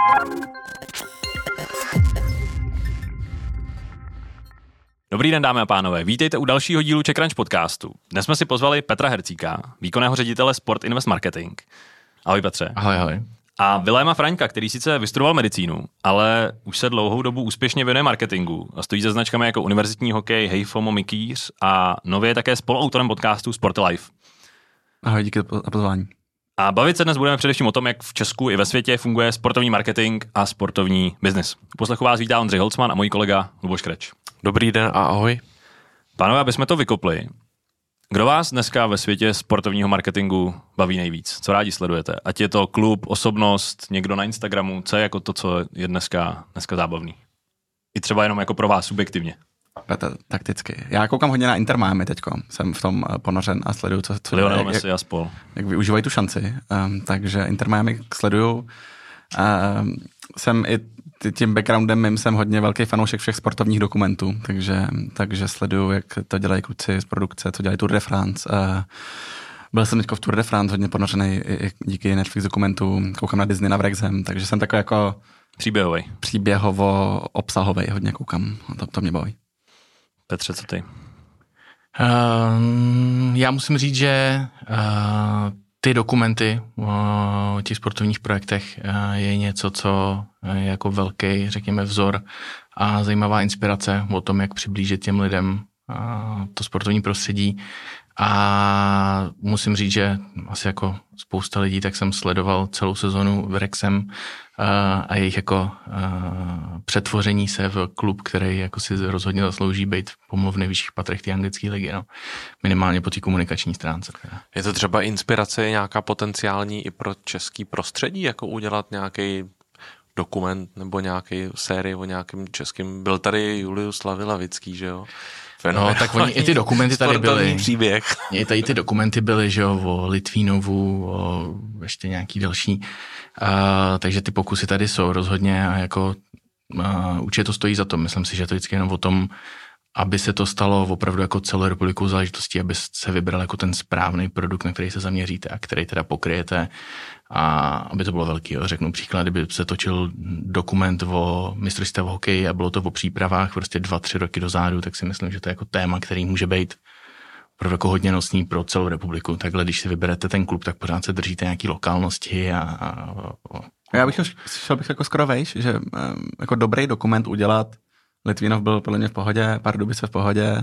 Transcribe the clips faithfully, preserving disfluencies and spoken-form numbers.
Dobrý den, dámy a pánové, vítejte u dalšího dílu Czech Ranch podcastu. Dnes jsme si pozvali Petra Hercíka, výkonného ředitele Sport Invest Marketing. Ahoj Petře. Ahoj, ahoj. A Viléma Fraňka, který sice vystudoval medicínu, ale už se dlouhou dobu úspěšně věnuje marketingu a stojí za značkami jako Univerzitní hokej, Hey Fomo, Mikýř a nově je také spoluautorem podcastu Sport Life. Ahoj, díky za pozvání. A bavit se dnes budeme především o tom, jak v Česku i ve světě funguje sportovní marketing a sportovní biznis. U poslechu vás vítá Ondřej Holcman a můj kolega Luboš Kreč. Dobrý den a ahoj. Pánové, aby jsme to vykopli, kdo vás dneska ve světě sportovního marketingu baví nejvíc? Co rádi sledujete? Ať je to klub, osobnost, někdo na Instagramu, co je jako to, co je dneska, dneska zábavný? I třeba jenom jako pro vás subjektivně. Takticky. Já koukám hodně na Inter Miami teďko. Jsem v tom ponořen a sleduju, co, co Lionel jak, Messi a spol. Jak využívají tu šanci. Um, takže Inter Miami sleduju. Um, jsem i tím backgroundem mým jsem hodně velký fanoušek všech sportovních dokumentů, takže, takže sleduju, jak to dělají kluci z produkce, co dělají Tour de France. Uh, byl jsem teďko v Tour de France hodně ponořený i díky Netflix dokumentů, koukám na Disney, na Wrexham, takže jsem takový jako příběhový. Příběhovo obsahový hodně koukám, to, to mě baví. Petře, co ty? Uh, já musím říct, že uh, ty dokumenty o těch sportovních projektech uh, je něco, co je jako velký, řekněme, vzor a zajímavá inspirace o tom, jak přiblížit těm lidem uh, to sportovní prostředí. A musím říct, že asi jako spousta lidí, tak jsem sledoval celou sezonu Wrexham uh, a jejich jako uh, přetvoření se v klub, který jako si rozhodně zaslouží být pomluv v nejvyšších patrech té anglické ligy, no. Minimálně po té komunikační stránce. Je to třeba inspirace nějaká potenciální i pro český prostředí, jako udělat nějaký dokument nebo nějaký sérii o nějakém českém. Byl tady Julius Lavilavický, že jo? No, tak oni i ty dokumenty tady byly. Příběh. I tady ty dokumenty byly, že jo, o Litvínovu, o ještě nějaký další. Uh, takže ty pokusy tady jsou rozhodně a jako uh, určitě to stojí za to. Myslím si, že to vždycky jenom o tom, aby se to stalo opravdu jako celorepublikovou záležitostí, aby se vybral jako ten správný produkt, na který se zaměříte a který teda pokryjete a aby to bylo velký. Jo. Řeknu příklad, kdyby se točil dokument o mistrovství v hokeji a bylo to o přípravách prostě dva, tři roky dozadu, tak si myslím, že to je jako téma, který může být opravdu jako hodně nosný pro celou republiku. Takhle, když si vyberete ten klub, tak pořád se držíte nějaký lokálnosti a... a, a... Já bych šel bych jako skoro vejš, že jako dobrý dokument udělat. Litvínov byl podle mě v pohodě, Pardubice v pohodě,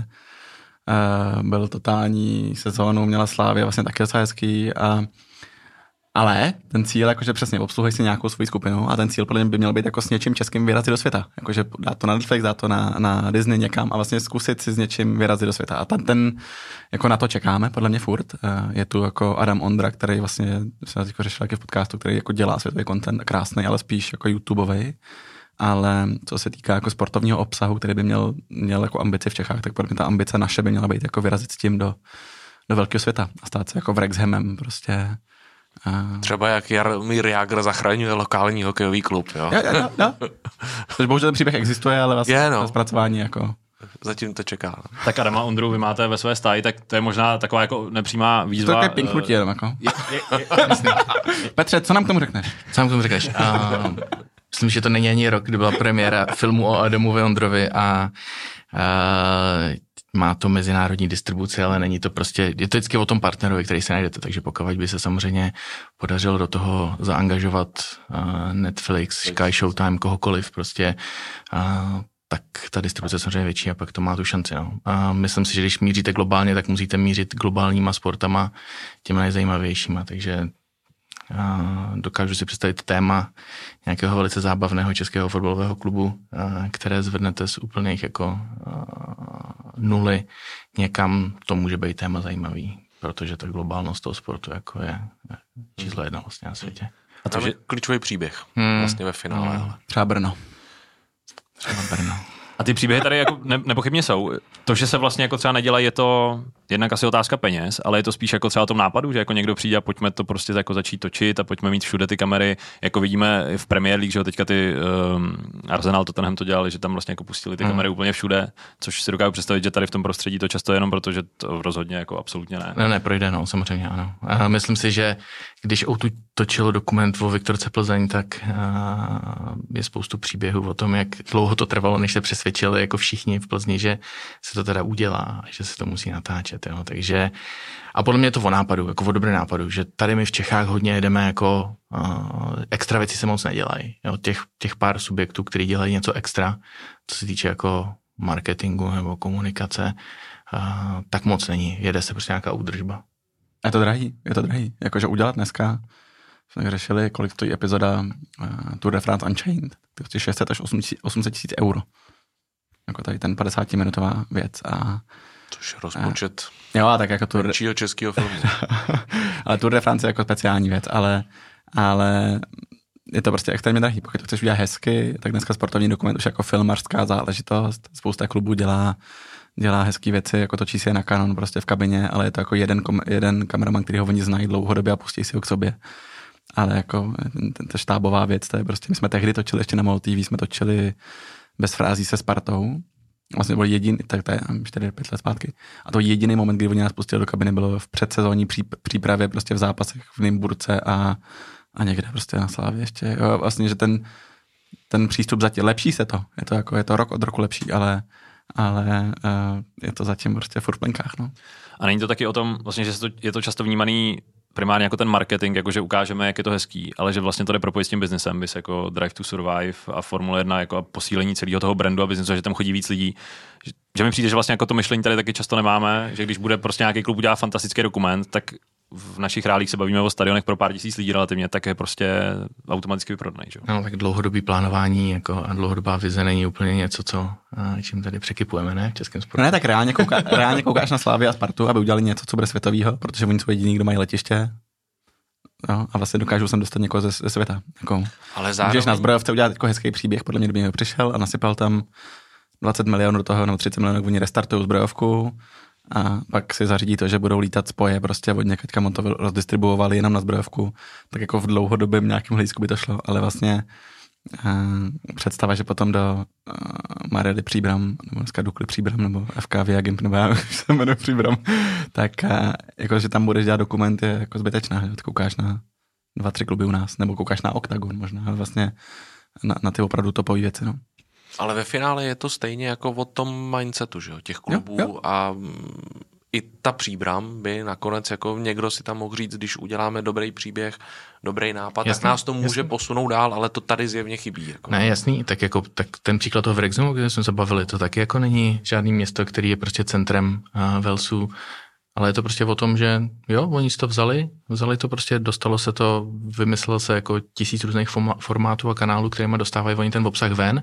uh, byl totální sezónu, měla Slávě vlastně taky docela hezký, a, ale ten cíl, jakože přesně obsluhuje si nějakou svoji skupinu a ten cíl podle mě by měl být jako s něčím českým vyrazit do světa, jakože dát to na Netflix, dát to na, na Disney někam a vlastně zkusit si s něčím vyrazit do světa a ten, ten jako na to čekáme, podle mě furt. Uh, je tu jako Adam Ondra, který vlastně se jako řešil taky v podcastu, který jako dělá světový content, krásný, ale spíš jako YouTubeovej. Ale co se týká jako sportovního obsahu, který by měl, měl jako ambici v Čechách, tak podle mě ta ambice naše by měla být jako vyrazit s tím do, do velkého světa a stát se jako Wrexhamem prostě. A... Třeba jak Jaromír Jágr zachraňuje lokální hokejový klub, jo? Jo, jo, jo. Což bohužel ten příběh existuje, ale vlastně je, no. zpracování jako... Zatím to čeká. No. Tak Adama Ondru vy máte ve své stáji, tak to je možná taková jako nepřímá výzva. To je pinknutí jenom jako. Je, je, je, Petře, co nám k tomu řekneš? Co nám k tomu řekneš? Uh, myslím, že to není ani rok, kdy byla premiéra filmu o Adamovi Ondrovi a uh, má to mezinárodní distribuci, ale není to prostě, je to vždycky o tom partnerovi, který se najdete, takže pokud by se samozřejmě podařilo do toho zaangažovat uh, Netflix, Sky, Showtime, kohokoliv, prostě uh, tak ta distribuce je samozřejmě větší a pak to má tu šanci. No. A myslím si, že když míříte globálně, tak musíte mířit globálníma sportama, těma nejzajímavějšíma, takže a dokážu si představit téma nějakého velice zábavného českého fotbalového klubu, a které zvednete z úplných jako nuly někam, to může být téma zajímavý, protože ta globálnost toho sportu jako je číslo jedna vlastně na světě. A to je klíčový příběh hmm. vlastně ve finále. No, třeba Brno. Třeba Brno. A ty příběhy tady jako ne, nepochybně jsou. To, že se vlastně jako třeba nedělají, je to jednak asi otázka peněz, ale je to spíš jako třeba o tom nápadu, že jako někdo přijde a pojďme to prostě jako začít točit a pojďme mít všude ty kamery, jako vidíme v Premier League, že jo, teďka ty um, Arsenal Tottenham to dělali, že tam vlastně jako pustili ty mm. kamery úplně všude, což si dokážu představit, že tady v tom prostředí to často je jenom proto, že to rozhodně jako absolutně ne. Ne, ne, projde, no, samozřejmě ano. A myslím si, že když O dva točilo dokument o Viktorce Plzeň, tak je spoustu příběhů o tom, jak dlouho to trvalo, než se přesvědčili jako všichni v Plzni, že se to teda udělá, že se to musí natáčet. Jo. Takže, a podle mě je to o nápadu, jako o dobré nápadu, že tady my v Čechách hodně jedeme jako uh, extra věci se moc nedělají. Jo. Těch, těch pár subjektů, kteří dělají něco extra, co se týče jako marketingu nebo komunikace, uh, tak moc není. Jede se prostě nějaká údržba. Je to drahý, je to drahý. Jakože udělat dneska, jsme řešili, kolik stojí epizoda uh, Tour de France Unchained, to je šest set až osm set tisíc euro. Jako tady ten padesátiminutová věc. A, což je rozpočet a, jo, tak jako Tour menšího českého filmu. Ale Tour de France je jako speciální věc, ale, ale je to prostě extrémně drahý. Pokud to chceš udělat hezky, tak dneska sportovní dokument už jako filmařská záležitost. Spousta klubů dělá dělá hezký věci, jako točí si je na Canon prostě v kabině, ale je to jako jeden, kom, jeden kameraman, který ho oni znají dlouhodobě a pustí si ho k sobě. Ale jako ta štábová věc, to je prostě, my jsme tehdy točili ještě na MOL T V, jsme točili Bez frází se Spartou. Vlastně byl jediný, tak to je čtyři pět let zpátky. A to jediný moment, kdy oni nás pustili do kabiny, bylo v předsezónní přípravě prostě v zápasech v Nymburce a, a někde prostě na Slávě ještě. Jo, vlastně, že ten, ten přístup zatím, lepší se to. Je to jako, je to rok od roku lepší, ale ale uh, je to zatím prostě furt v plenkách, no. A není to taky o tom, vlastně, že to, je to často vnímaný primárně jako ten marketing, jako že ukážeme, jak je to hezký, ale že vlastně to jde propojit s tím biznesem, bys jako Drive to Survive a Formule jedna jako a posílení celého toho brandu a biznesu, že tam chodí víc lidí. Že, že mi přijde, že vlastně jako to myšlení tady taky často nemáme, že když bude prostě nějaký klub udělat fantastický dokument, tak v našich reálích se bavíme o stadionech pro pár tisíc lidí relativně, tak je prostě automaticky vyprodaný. Že? No, tak dlouhodobý plánování jako a dlouhodobá vize není úplně něco, co čím tady překypujeme, ne, v českém sportu. No ne, tak reálně, kouká, reálně koukáš na Slávy a Spartu, aby udělali něco, co bude světovýho, protože oni jsou jediní, kdo mají letiště. No, a vlastně dokážou sem dostat někoho ze, ze světa. Jako, ale zároveň... Můžeš na zbrojovce udělat jako hezký příběh, podle mě, kdyby někdo přišel a nasypal tam dvacet milionů do toho, nebo třicet milionů, oni restartují zbrojovku a pak si zařídí to, že budou lítat spoje prostě od někaď, kam on to rozdistribuovali jenom na zbrojovku, tak jako v dlouhodobém nějakém hledisku by to šlo, ale vlastně uh, představa, že potom do uh, Marely Příbram, nebo dneska Dukly Příbram, nebo F K Via Gimp, nebo já už se jmenuji Příbram, tak uh, jako, že tam budeš dělat dokument, je jako zbytečná, že koukáš na dva, tři kluby u nás, nebo koukáš na Octagon možná, ale vlastně na, na ty opravdu topové věci, no. Ale ve finále je to stejně jako o tom mindsetu, že jo, těch klubů jo, jo. A i ta Příbram by nakonec jako někdo si tam mohl říct, když uděláme dobrý příběh, dobrý nápad, jasný, tak nás to může jasný. posunout dál, ale to tady zjevně chybí. Jako. Ne, jasný, tak jako tak ten příklad toho Wrexhamu, kde jsme se bavili, to taky jako není žádný město, který je prostě centrem uh, Walesu, ale je to prostě o tom, že jo, oni si to vzali, vzali to prostě, dostalo se to, vymyslelo se jako tisíc různých formátů a kanálů, kterými dostávají oni ten obsah ven.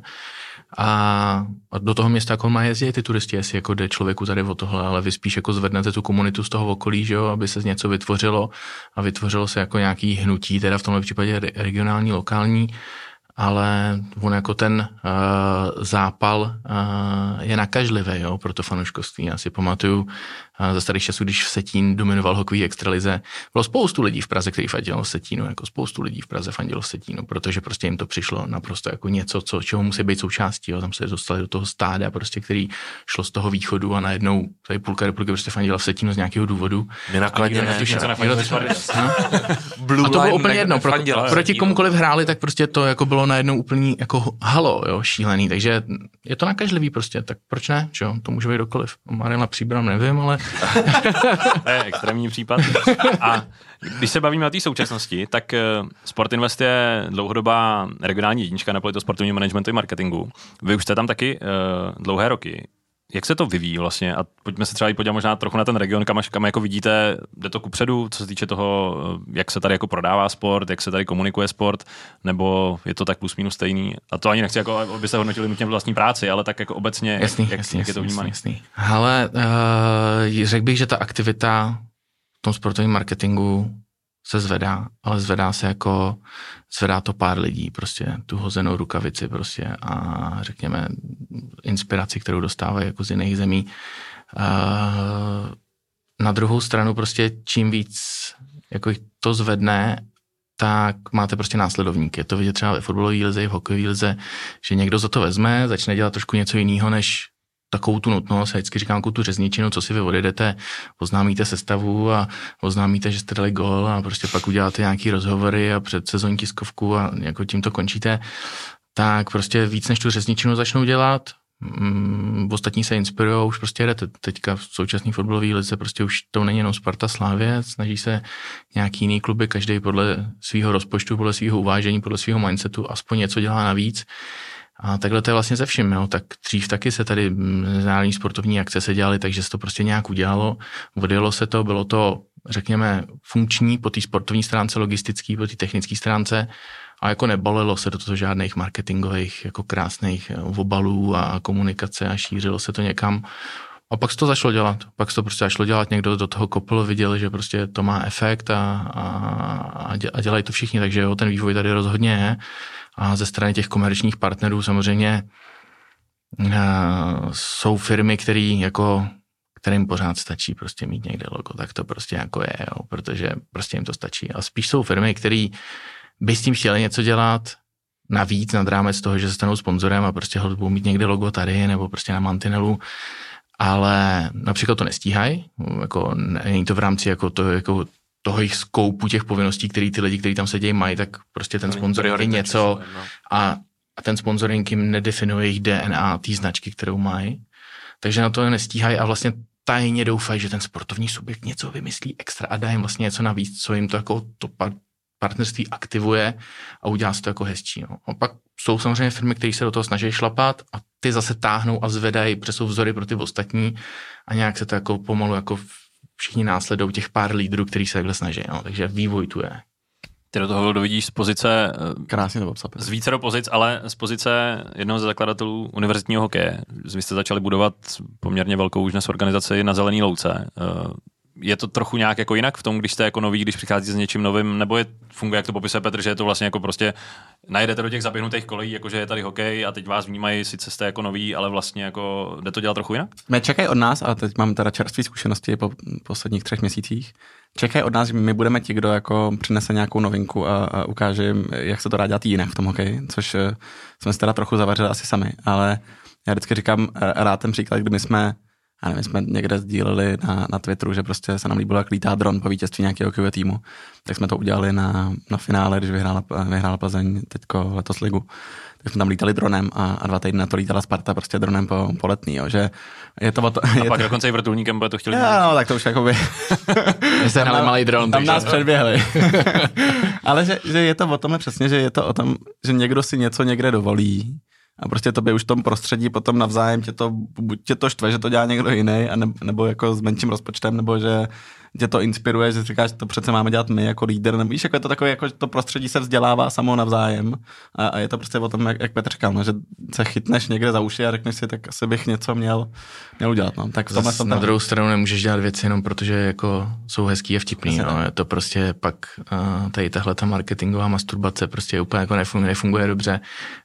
A do toho města jako má jezdit ty turisti, jestli jako jde člověku tady o tohle, ale vy spíš jako zvednete tu komunitu z toho okolí, že jo, aby se něco vytvořilo a vytvořilo se jako nějaký hnutí, teda v tomhle případě regionální, lokální, ale on jako ten uh, zápal uh, je nakažlivý, jo, pro to fanouškovství. Já si pamatuju uh, za starých časů, když v Setín dominoval hokejový extralize, bylo spoustu lidí v Praze, kteří fandilo v Setínu, jako spoustu lidí v Praze fandilo v Setínu, protože prostě jim to přišlo naprosto jako něco, co, čeho musí být součástí, jo. Tam se dostali do toho stáda, prostě, který šlo z toho východu a najednou tady půlka republiky prostě fandila v Setínu z nějakého důvodu. My nakladně ne, něco nefandilo. A to bylo úplně jedno, pro, proti komukoliv hráli, tak prostě to jako bylo najednou úplně jako halo, jo, šílený, takže je to nakažlivý prostě, tak proč ne, čo? To může být kdokoliv. Marela Příbram nevím, ale... To je extrémní případ. A když se bavíme o té současnosti, tak Sportinvest je dlouhodobá regionální jednička na poli to sportovního managementu i marketingu. Vy už jste tam taky uh, dlouhé roky. Jak se to vyvíjí vlastně? A pojďme se třeba i podívat možná trochu na ten region, kam, kam jako vidíte, jde to kupředu, co se týče toho, jak se tady jako prodává sport, jak se tady komunikuje sport, nebo je to tak plus minus stejný? A to ani nechci, jako, aby se hodnotili nutně vlastní práci, ale tak jako obecně, jasný, jak, jasný, jak je to vnímané? Ale uh, řekl bych, že ta aktivita v tom sportovním marketingu se zvedá, ale zvedá se jako, zvedá to pár lidí, prostě tu hozenou rukavici prostě a řekněme inspiraci, kterou dostávají jako z jiných zemí. Uh, na druhou stranu prostě čím víc jako to zvedne, tak máte prostě následovníky. Je to vidět třeba ve fotbalové lize i v hokejové lize, že někdo za to vezme, začne dělat trošku něco jiného, než takovou tu nutnost, já vždycky říkám, tu řezničinu, co si vy odjedete, oznámíte sestavu a oznámíte, že jste dali gól a prostě pak uděláte nějaký rozhovory a před sezónní tiskovku a jako tím to končíte, tak prostě víc než tu řezničinu začnou dělat. Mm, ostatní se inspirujou, už prostě jedete. Teďka v současné fotbalové lize prostě už to není jenom Sparta, Slavie, snaží se nějaký jiný kluby, každý podle svého rozpočtu, podle svého uvážení, podle svého mindsetu aspoň něco dělá navíc. A takhle to je vlastně ze vším, jo. Tak dřív taky se tady mezinárodní sportovní akce se dělaly, takže se to prostě nějak udělalo, odjelo se to, bylo to, řekněme, funkční po té sportovní stránce, logistický, po té technické stránce a jako nebalilo se do toho žádných marketingových, jako krásných obalů a komunikace a šířilo se to někam. A pak se to začalo dělat. Pak se to prostě začalo dělat, někdo do toho kopl, viděl, že prostě to má efekt a, a, a dělají to všichni, takže jo, ten vývoj tady rozhodně je. A ze strany těch komerčních partnerů samozřejmě uh, jsou firmy, který jako, kterým pořád stačí prostě mít někde logo, tak to prostě jako je, jo, protože prostě jim to stačí. A spíš jsou firmy, který by s tím chtěli něco dělat navíc nad rámec toho, že se stanou sponzorem a prostě budou mít někde logo tady nebo prostě na mantinelu, ale například to nestíhají, jako není to v rámci jako to, jako toho jejich skoupu těch povinností, který ty lidi, kteří tam sedějí, mají, tak prostě ten sponsoring je něco a, a ten sponsoring jim nedefinuje jejich D N A, té značky, kterou mají. Takže na to nestíhají a vlastně tajně doufají, že ten sportovní subjekt něco vymyslí extra a dá jim vlastně něco navíc, co jim to jako to partnerství aktivuje a udělá se to jako hezčí. No. A pak jsou samozřejmě firmy, které se do toho snaží šlapat a ty zase táhnou a zvedají, protože jsou vzory pro ty ostatní a nějak se to jako pomalu jako všichni následují těch pár lídrů, kteří se takhle snaží. No. Takže vývoj tu je. Ty do toho dovidíš z pozice, krásně to popsat. Z vícero pozic, ale z pozice jednoho ze zakladatelů univerzitního hokeje. Vy jste začali budovat poměrně velkou už dnes organizaci na Zelený louce. Je to trochu nějak jako jinak v tom, když jste jako nový, když přicházíte s něčím novým, nebo je, funguje, jak to popisuje Petr, že je to vlastně jako prostě najedete do těch zaběhnutých kolejí, jakože je tady hokej a teď vás vnímají, sice jste jako nový, ale vlastně jako jde to dělat trochu jinak? Mě čekají od nás, a teď mám teda čerstvé zkušenosti po posledních třech měsících, čekají od nás, že my budeme ti, kdo jako přinese nějakou novinku a, a ukáže jim, jak se to dá dělat jinak v tom hokeji, což jsme si teda trochu zavařili asi sami, ale já vždycky říkám rád ten příklad, kdy my jsme a nevím, jsme někde sdíleli na, na Twitteru, že prostě se nám líbilo, jak lítá dron po vítězství nějakého hokejového týmu. Tak jsme to udělali na, na finále, když vyhrála, vyhrála Plzeň teďko letos ligu. Tak jsme tam lítali dronem a, a dva týdny na to lítala Sparta prostě dronem po, po Letný, jo, že je to... to a je pak to... dokonce i vrtulníkem bude to chtěli. Jo, no, tak to už jakoby... Jste hrali malý dron. Tam nás předběhli. Ale že, že je to o tom přesně, že je to o tom, že někdo si něco někde dovolí. A prostě to by už v tom prostředí potom navzájem tě to, buď tě to štve, že to dělá někdo jiný, a ne, nebo jako s menším rozpočtem, nebo že tě to inspiruje, že říkáš, že to přece máme dělat my jako líder, nebo víš, jako je to takové, jako že to prostředí se vzdělává samo navzájem a, a je to prostě o tom, jak, jak Petr říkal, no, že se chytneš někde za uši a řekneš si, tak asi bych něco měl, měl udělat. No. Tak Zas na druhou stranu nemůžeš dělat věci jenom protože jako jsou hezký a vtipný. No. Je to prostě pak uh, tady tahle ta marketingová masturbace prostě úplně jako nefunguje, nefunguje dobře,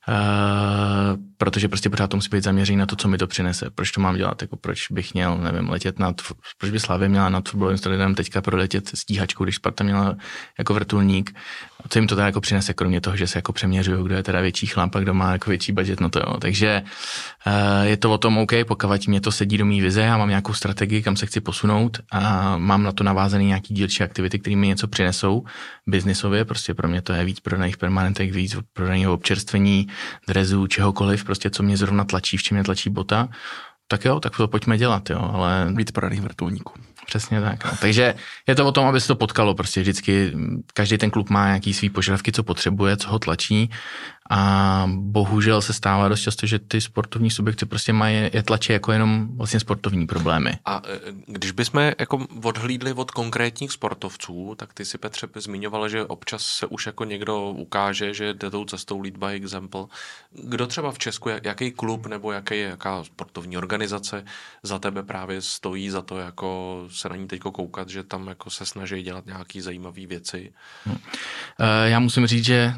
uh, protože prostě pořád to musí být zaměřený na to, co mi to přinese. Proč to mám dělat? Jako proč bych měl, nevím, letět nad, proč by Slavia měla nad fotbalovým stadionem teďka proletět stíhačkou, když Sparta měla jako vrtulník. Co jim to teda jako přinese, kromě toho, že se jako přeměřují, kdo je teda větší chlap a kdo má jako větší budget na to. Jo. Takže uh, je to o tom, OK, pokud mě to sedí do mý vize, já mám nějakou strategii, kam se chci posunout a mám na to navázaný nějaký dílčí aktivity, které mi něco přinesou biznisově, prostě pro mě to je víc prodaných permanentek, víc prodaného občerstvení, drezů, čehokoliv, prostě co mě zrovna tlačí, v čem mě tlačí bota. Tak jo, tak to pojďme dělat, jo, ale... Víc prodaných vrtulníků. Přesně tak. No. Takže je to o tom, aby se to potkalo. Prostě vždycky každý ten klub má nějaký svý požadavky, co potřebuje, co ho tlačí a bohužel se stává dost často, že ty sportovní subjekty prostě mají, je tlačí jako jenom vlastně sportovní problémy. A když bychom jako odhlídli od konkrétních sportovců, tak ty si, Petře, zmiňovala, že občas se už jako někdo ukáže, že jde tou cestou lead by example. Kdo třeba v Česku, jaký klub nebo jaký, jaká sportovní organizace za tebe právě stojí za to, jako se na ní teďko koukat, že tam jako se snaží dělat nějaký zajímavé věci? Hmm. Já musím říct, že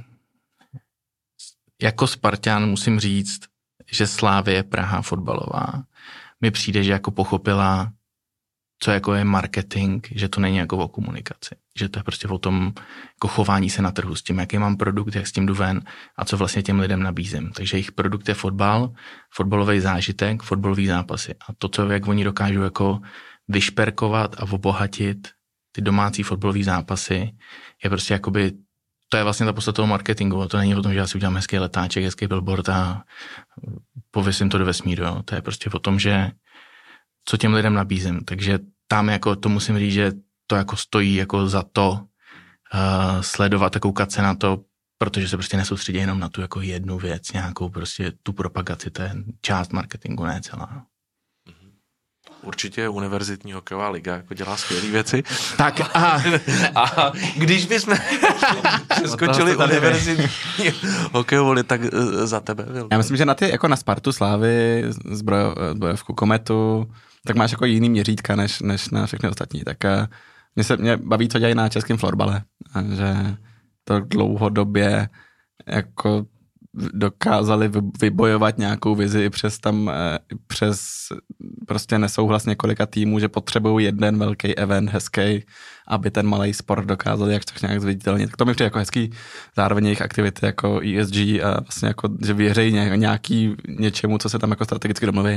jako Spartan musím říct, že Slavie Praha fotbalová mi přijde, že jako pochopila, co jako je marketing, že to není jako o komunikaci. Že to je prostě o tom jako chování se na trhu s tím, jaký mám produkt, jak s tím jdu ven a co vlastně těm lidem nabízím. Takže jejich produkt je fotbal, fotbalový zážitek, fotbalový zápasy. A to, co jak oni dokážou jako vyšperkovat a obohatit ty domácí fotbalové zápasy, je prostě jakoby, to je vlastně ta podstata toho marketingu. To není o tom, že já si udělám hezký letáček, hezký billboard a pověsím to do vesmíru. Jo. To je prostě o tom, že co těm lidem nabízím. Takže tam jako to musím říct, že to jako stojí jako za to uh, sledovat a koukat se na to, protože se prostě nesoustředí jenom na tu jako jednu věc, nějakou prostě tu propagaci, to je část marketingu, ne celá. Určitě univerzitní hokejová liga jako dělá skvělé věci. Tak a, a když bychom přeskočili univerzitní hokejovou ligu, tak za tebe byl. Já myslím, že na ty, jako na Spartu, Slávy, zbrojo, zbrojovku, Kometu, tak máš jako jiný měřítka, než, než na všechny ostatní. Tak mě se mě baví, co dělají na českém florbale. A že to dlouhodobě jako dokázali vybojovat nějakou vizi přes tam, přes prostě nesouhlas několika týmů, že potřebují jeden velký event hezký, aby ten malý sport dokázali jak tak nějak zviditelnit. Tak to mi přijde jako hezký, zároveň jejich aktivity jako E S G a vlastně jako, že věří nějaký něčemu, co se tam jako strategicky domluví.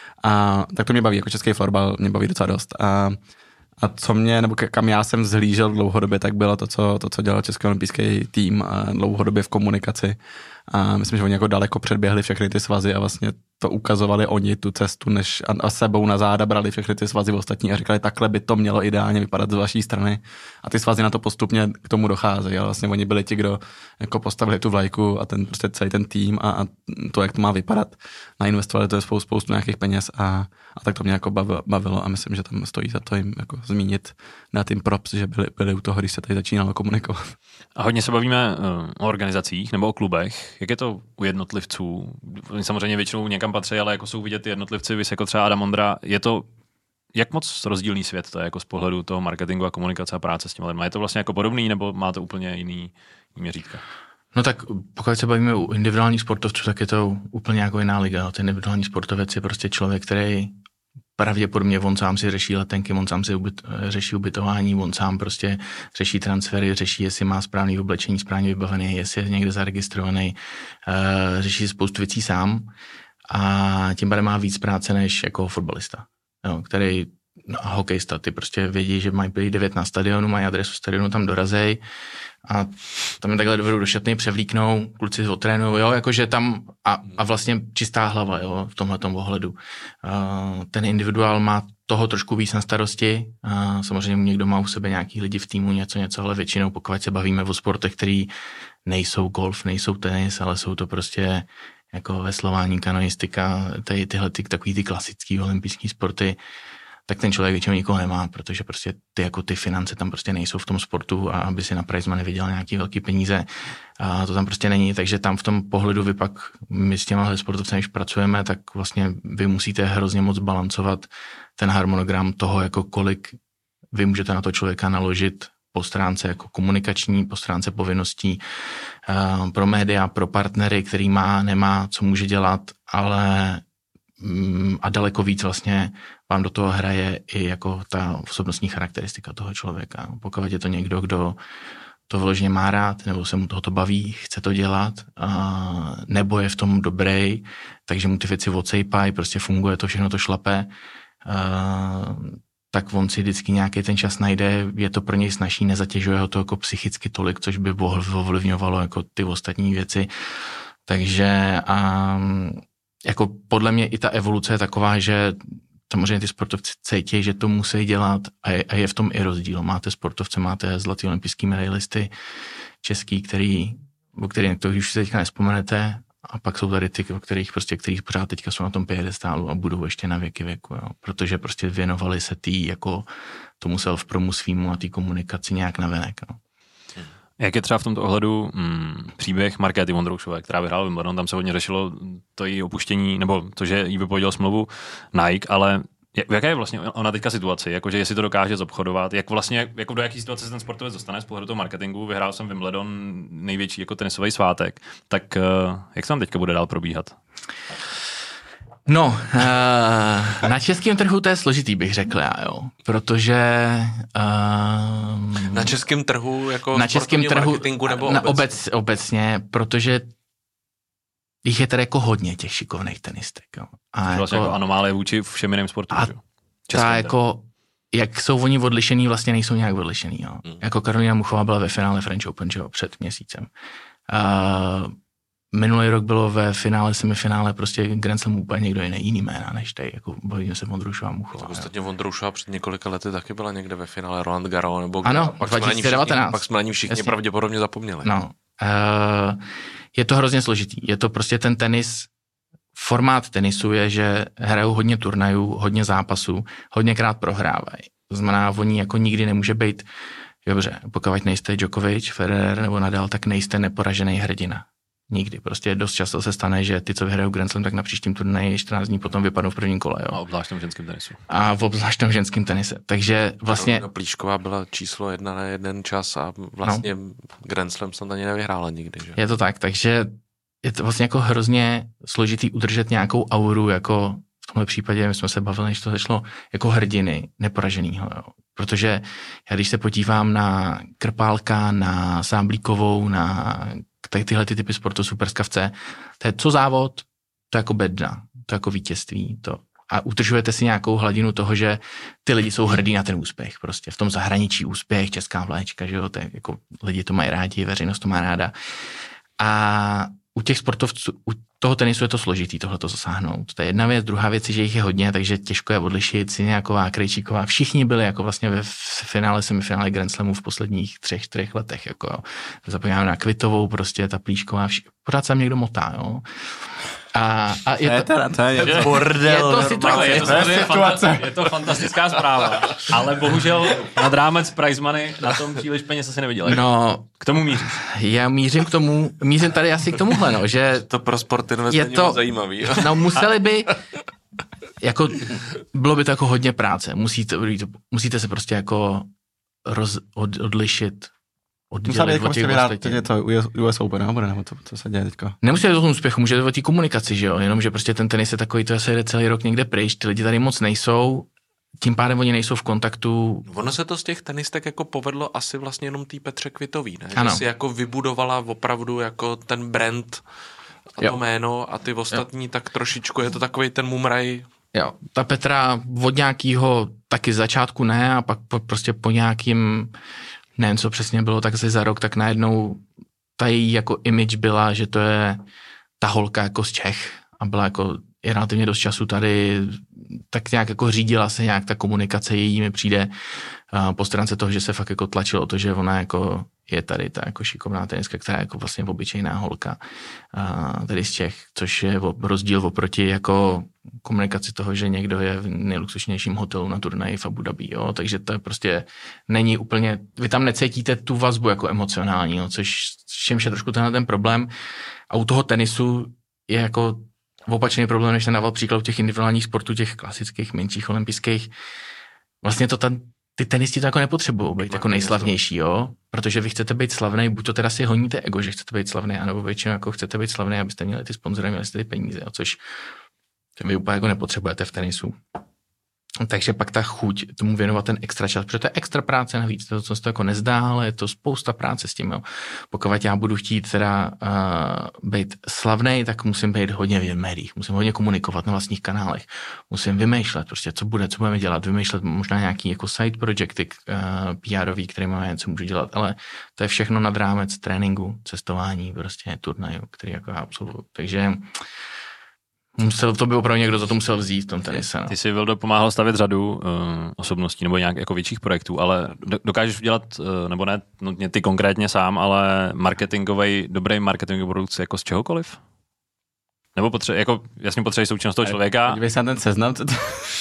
A tak to mě baví, jako český florbal mě baví docela dost. A A co mě, nebo kam já jsem zhlížel dlouhodobě, tak bylo to, co, to, co dělal Český olympijský tým a dlouhodobě v komunikaci. A myslím, že oni jako daleko předběhli všechny ty svazy a vlastně to ukazovali oni tu cestu, než a, a sebou na záda brali všechny ty svazy ostatní a říkali, takhle by to mělo ideálně vypadat z vaší strany. A ty svazy na to postupně k tomu docházejí. Ale vlastně oni byli ti, kdo jako postavili tu vlajku a ten prostě celý ten tým a, a to, jak to má vypadat. Nainvestovali to je spoustu, spoustu nějakých peněz a, a tak to mě jako bavilo a myslím, že tam stojí za to jim jako zmínit na tím props, že byli, byli u toho, když se tady začínalo komunikovat. A hodně se bavíme o organizacích nebo o klubech. Jak je to u jednotlivců? Oni samozřejmě většinou někam patří, ale jako jsou vidět ty jednotlivci, vys jako třeba Adam Ondra. Je to, jak moc rozdílný svět to je jako z pohledu toho marketingu a komunikace a práce s těmi lidmi? Je to vlastně jako podobný nebo má to úplně jiný, jiný měřítka? No tak pokud se bavíme u individuálních sportovců, tak je to úplně jako jiná liga. Ten individuální sportovec je prostě člověk, který pravděpodobně on sám si řeší letenky, on sám si ubyt, řeší ubytování, on sám prostě řeší transfery, řeší, jestli má správný oblečení, správně vybavený, jestli je někde zaregistrovaný, uh, řeší spoustu věcí sám a tím pádem má víc práce než jako fotbalista, jo, který no, hokejista, ty prostě vědí, že mají být devět na stadionu, mají adresu stadionu, tam dorazej a tam je takhle dovedou do šatny, převlíknou, kluci otrénujou, jo, jakože tam a, a vlastně čistá hlava, jo, v tomhletom ohledu. Uh, ten individuál má toho trošku víc na starosti, uh, samozřejmě někdo má u sebe nějaký lidi v týmu, něco, něco, ale většinou pokud se bavíme o sportech, který nejsou golf, nejsou tenis, ale jsou to prostě jako veslování, kanoistika, tady tyhle ty, takový ty klasický olympijský sporty, tak ten člověk většinou nikoho nemá, protože prostě ty jako ty finance tam prostě nejsou v tom sportu a aby si na prize money vydělal nějaký velký peníze, a to tam prostě není, takže tam v tom pohledu vy pak, my s těma sportovci, když pracujeme, tak vlastně vy musíte hrozně moc balancovat ten harmonogram toho, jako kolik vy můžete na to člověka naložit po stránce jako komunikační, po stránce povinností uh, pro média, pro partnery, který má, nemá, co může dělat, ale a daleko víc vlastně vám do toho hraje i jako ta osobnostní charakteristika toho člověka. Pokud je to někdo, kdo to vyloženě má rád, nebo se mu tohoto baví, chce to dělat, a nebo je v tom dobrý, takže mu ty věci odsejpají, prostě funguje to, všechno to šlape, a tak on si vždycky nějaký ten čas najde, je to pro něj snažší, nezatěžuje ho to jako psychicky tolik, což by ovlivňovalo jako ty ostatní věci. Takže a jako podle mě i ta evoluce je taková, že samozřejmě ty sportovci cítí, že to musí dělat a je, a je v tom i rozdíl. Máte sportovce, máte zlatý olympijský medailisty český, který, o kterých to už si teďka nespomenete, a pak jsou tady ty, o kterých prostě, kterých pořád teďka jsou na tom piedestálu a budou ještě na věky věku, jo. Protože prostě věnovali se tý jako tomu self-promu svýmu a té komunikaci nějak navenek, no. Jak je třeba v tomto ohledu mm, příběh Markéty Vondroušové, která vyhrála Wimbledon, tam se hodně řešilo to její opuštění, nebo to, že jí vypověděl smlouvu Nike, ale jaká je vlastně ona teďka situace, jakože jestli to dokáže zobchodovat, jak vlastně, jako do jaký situace se ten sportovec dostane z pohledu toho marketingu, vyhrál jsem Wimbledon, největší jako tenisový svátek, tak jak se tam teďka bude dál probíhat? No, uh, na českém trhu to je složitý, bych řekl já, jo. Protože... Uh, na českém trhu jako na českém trhu, marketingu nebo na obecně? Obec, obecně, protože jich je tady jako hodně těch šikovných tenistek. Jo. A vlastně jako anomálie vůči všem jiným sportům. A ta jako, jak jsou oni odlišený, vlastně nejsou nějak odlišený. Jo. Hmm. Jako Karolína Muchová byla ve finále French Open, že jo, před měsícem. Uh, minulý rok bylo ve finále, semifinále prostě Grand Slamu úplně někdo jiný, jiný jména než tady, jako bavíme se Vondroušová Muchová. Tak ostatně Vondroušová před několika lety taky byla někde ve finále Roland Garros, nebo ano, pak dva tisíce devatenáct. Jsme všichni, pak jsme na ní všichni Jasně. pravděpodobně zapomněli. No. Uh, je to hrozně složitý. Je to prostě ten tenis, formát tenisu je, že hrajou hodně turnajů, hodně zápasů, hodněkrát prohrávají. To znamená, oni jako nikdy nemůže být, dobře, pokud nejste Djokovic, Federer nebo Nadal, tak nejste neporažený hrdina. Nikdy. Prostě dost často se stane, že ty, co vyhrajou Grand Slam, tak na příštím turnaji čtrnáct dní potom vypadnou v prvním kole. Jo. A obzvlášť v ženském tenisu. A v obzvlášť v ženském tenise. Takže vlastně... Karolina Plíšková byla číslo jedna na jeden čas a vlastně no. Grand Slam jsem ani nevyhrála nikdy. Že? Je to tak, takže je to vlastně jako hrozně složitý udržet nějakou auru, jako v tomhle případě my jsme se bavili, než to začalo, jako hrdiny neporaženýho. Jo. Protože já když se podívám na Krpálka, na Sáblíkovou, na tady tyhle ty typy sportu superskavce, to je co závod, to je jako bedna, to je jako vítězství. To. A udržujete si nějakou hladinu toho, že ty lidi jsou hrdí na ten úspěch. Prostě v tom zahraničí úspěch, česká vléčka, že jo, to je, jako lidi to mají rádi, veřejnost to má ráda. A u těch sportovců, u toho tenisu je to složitý tohleto zasáhnout. To je jedna věc, druhá věc je, že jich je hodně, takže těžko je odlišit. Siňáková, Krejčíková, všichni byli jako vlastně ve finále, semifinále Grand Slamu v posledních třech, čtyřech letech. Jako, zapomínám na Kvitovou, prostě ta Plíšková, vši, pořád se někdo motá, jo. A, a je, je, to, teda, to je, je bordel. Je to situace. Je to, to, je, fanta- je to fantastická zpráva, ale bohužel nad rámec prize money na tom příliš peněz asi neviděli. No, k tomu míříš. Já mířím k tomu, mířím tady asi k tomuhle, no, že to pro sport je to zajímavý. Jo? No, museli by, jako, bylo by to jako hodně práce. Musíte, musíte se prostě jako roz, od, odlišit. Museli jako prostě vyhrát to U S Open, nebo nebo to, co se děje teďka. Nemusíte o tom úspěchu, můžete o té komunikaci, že jo, jenomže prostě ten tenis je takový, to se jde celý rok někde pryč, ty lidi tady moc nejsou, tím pádem oni nejsou v kontaktu. Ono se to z těch tenistek jako povedlo asi vlastně jenom tý Petře Kvitový, ne? Ano. Že si jako vybudovala opravdu jako ten brand a jo. to jméno a ty ostatní jo. tak trošičku je to takový ten mumraj. Jo, ta Petra od nějakého taky začátku ne a pak po, prostě po nějakým nevím, co přesně bylo, tak asi za rok, tak najednou ta její jako image byla, že to je ta holka jako z Čech a byla jako je relativně dost času tady, tak nějak jako řídila se nějak ta komunikace její mi přijde uh, po stránce toho, že se fakt jako tlačilo o to, že ona jako je tady ta jako šikovná teniska, která je jako vlastně obyčejná holka uh, tady z Čech, což je rozdíl oproti jako komunikaci toho, že někdo je v nejluxusnějším hotelu na turnaji v Abu Dhabi, jo, takže to je prostě není úplně, vy tam necítíte tu vazbu jako emocionální, jo, což čímž je trošku tenhle ten problém a u toho tenisu je jako opačný problém, než ten dával příklad těch individuálních sportů, těch klasických, menších, olympijských. Vlastně to tam, ty tenisti to jako nepotřebují být jako nejslavnější, jo? Protože vy chcete být slavný, buď to teda si honíte ego, že chcete být slavný, anebo většinou jako chcete být slavný, abyste měli ty sponzory, měli jste ty peníze, jo? Což vy úplně jako nepotřebujete v tenisu. Takže pak ta chuť tomu věnovat ten extra čas, protože to je extra práce navíc, to, co se to jako nezdá, ale je to spousta práce s tím. Jo. Pokud já budu chtít teda uh, být slavnej, tak musím být hodně v médiích, musím hodně komunikovat na vlastních kanálech, musím vymýšlet prostě, co bude, co budeme dělat, vymýšlet možná nějaký jako side projecty uh, P R ový, který máme, co můžu dělat, ale to je všechno nad rámec tréninku, cestování, prostě turnaju, který jako já absolvuju. Takže musel, to by opravdu někdo za to musel vzít v tom tenise. No. Ty jsi, Vildo, pomáhal stavět řadu uh, osobností nebo nějak jako větších projektů, ale dokážeš udělat, uh, nebo ne nutně ty konkrétně sám, ale marketingový, dobrý marketingový produkt jako z čehokoliv? Nebo potře- jako jasně potřebuješ součinnost toho člověka. Podívej se na ten seznam, co to...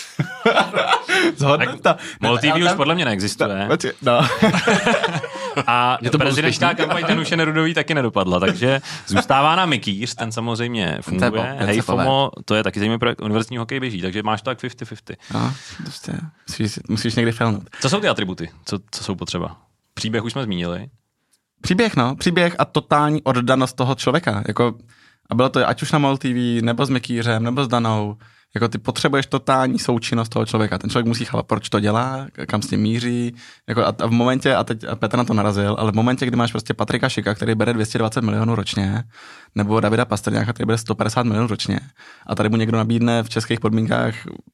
Zhodnota. Mol T V už podle mě neexistuje. No. A prezidentská kampaň Danuše Nerudový taky nedopadla, takže zůstává na Mikýř, ten samozřejmě funguje. Hej FOMO, to je taky zajímavý projekt, univerzitní hokej běží, takže máš to tak padesát na padesát. No, prostě, musíš, musíš někdy filmnout. Co jsou ty atributy? Co, co jsou potřeba? Příběh už jsme zmínili. Příběh, no. Příběh a totální oddanost toho člověka. Jako A bylo to ať už na MOL T V, nebo s Mikýřem, nebo s Danou. Jako ty potřebuješ totální součinnost toho člověka. Ten člověk musí chápat, proč to dělá, kam s tím míří. Jako a, a v momentě, a teď a Petr na to narazil, ale v momentě, kdy máš prostě Patrika Šika, který bere dvě stě dvacet milionů ročně, nebo Davida Pastrňáka, který bere sto padesát milionů ročně, a tady mu někdo nabídne v českých podmínkách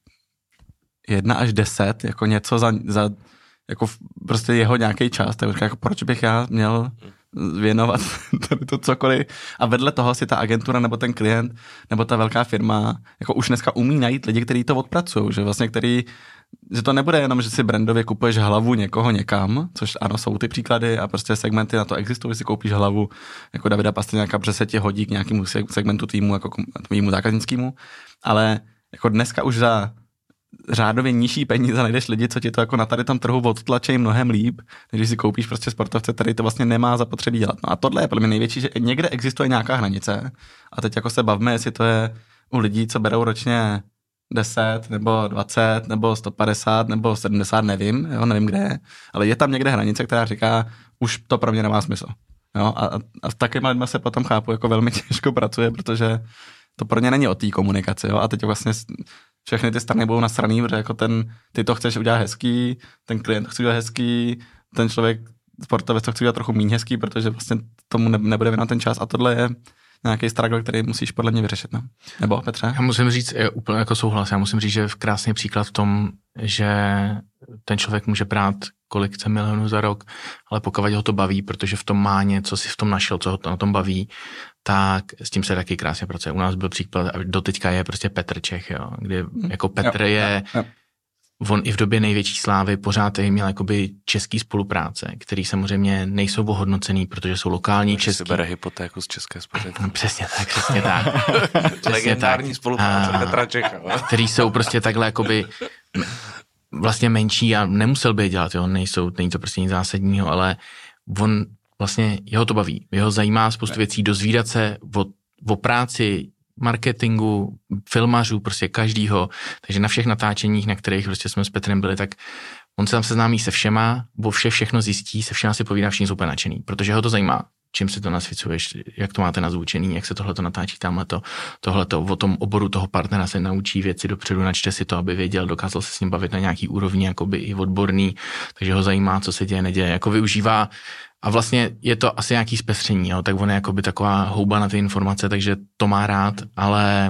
jedna až deset, jako něco za, za jako prostě jeho nějaký čas, tak jako proč bych já měl věnovat tady to cokoliv. A vedle toho si ta agentura nebo ten klient nebo ta velká firma jako už dneska umí najít lidi, kteří to odpracují, že vlastně který, že to nebude jenom, že si brandově kupuješ hlavu někoho někam, což ano, jsou ty příklady a prostě segmenty na to existují, že si koupíš hlavu jako Davida Pastrňáka, protože se ti hodí k nějakému segmentu týmu, jako tvýmu zákaznickému, ale jako dneska už za řádově nižší peníze najdeš lidi, co ti to jako na tady tom trhu odtlačí mnohem líp, než když si koupíš prostě sportovce, který to vlastně nemá zapotřebí dělat. No a tohle je pro mě největší, že někde existuje nějaká hranice a teď jako se bavíme, jestli to je u lidí, co berou ročně deset nebo dvacet nebo sto padesát nebo sedmdesát, nevím, jo, nevím kde je, ale je tam někde hranice, která říká, už to pro mě nemá smysl. Jo, a, a s takýma lidma se potom chápu, jako velmi těžko pracuje, protože to pro ně není o té komunikaci, jo, a teď vlastně všechny ty strany budou nasraný, protože jako ten, ty to chceš udělat hezký, ten klient to chce udělat hezký, ten člověk, sportovec to chce udělat trochu méně hezký, protože vlastně tomu ne, nebude věnovat ten čas a tohle je nějaký struggle, který musíš podle mě vyřešit. No. Nebo Petře? Já musím říct, je úplně jako souhlas, já musím říct, že je krásný příklad v tom, že ten člověk může brát kolik chce milionů za rok, ale pokud ho to baví, protože v tom má něco, si v tom našel, co ho to na tom baví, tak s tím se taky krásně pracuje. U nás byl příklad, a doteďka je prostě Petr Čech, jo, kde jako Petr jo, je, jo, jo. On i v době největší slávy pořád měl jakoby český spolupráce, který samozřejmě nejsou ohodnocený, protože jsou lokální český. Si bere hypotéku z České spořitelny. Přesně tak, přesně tak. Přesně legendární tak. Spolupráce a, Petra Čecha. Který jsou prostě takhle jakoby vlastně menší a nemusel by je dělat, jo, nejsou, není to prostě nic zásadního, ale on vlastně, jeho to baví, jeho zajímá spoustu věcí, dozvídat se o, o práci, marketingu, filmařů, prostě každýho, takže na všech natáčeních, na kterých prostě jsme s Petrem byli, tak on se tam seznámí se všema, o vše všechno zjistí, se všema si povídá, všichni jsou úplně nadšený, protože ho to zajímá, čím se to nasvěcuješ, jak to máte nazvučený, jak se tohleto natáčí, tamhleto, tohleto, o tom oboru toho partnera se naučí věci dopředu, načte si to, aby věděl, dokázal se s ním bavit na nějaký úrovni, jakoby i odborný, takže ho zajímá, co se děje, neděje, jako využívá. A vlastně je to asi nějaký zpestření, jo? Tak on je jakoby taková houba na ty informace, takže to má rád, ale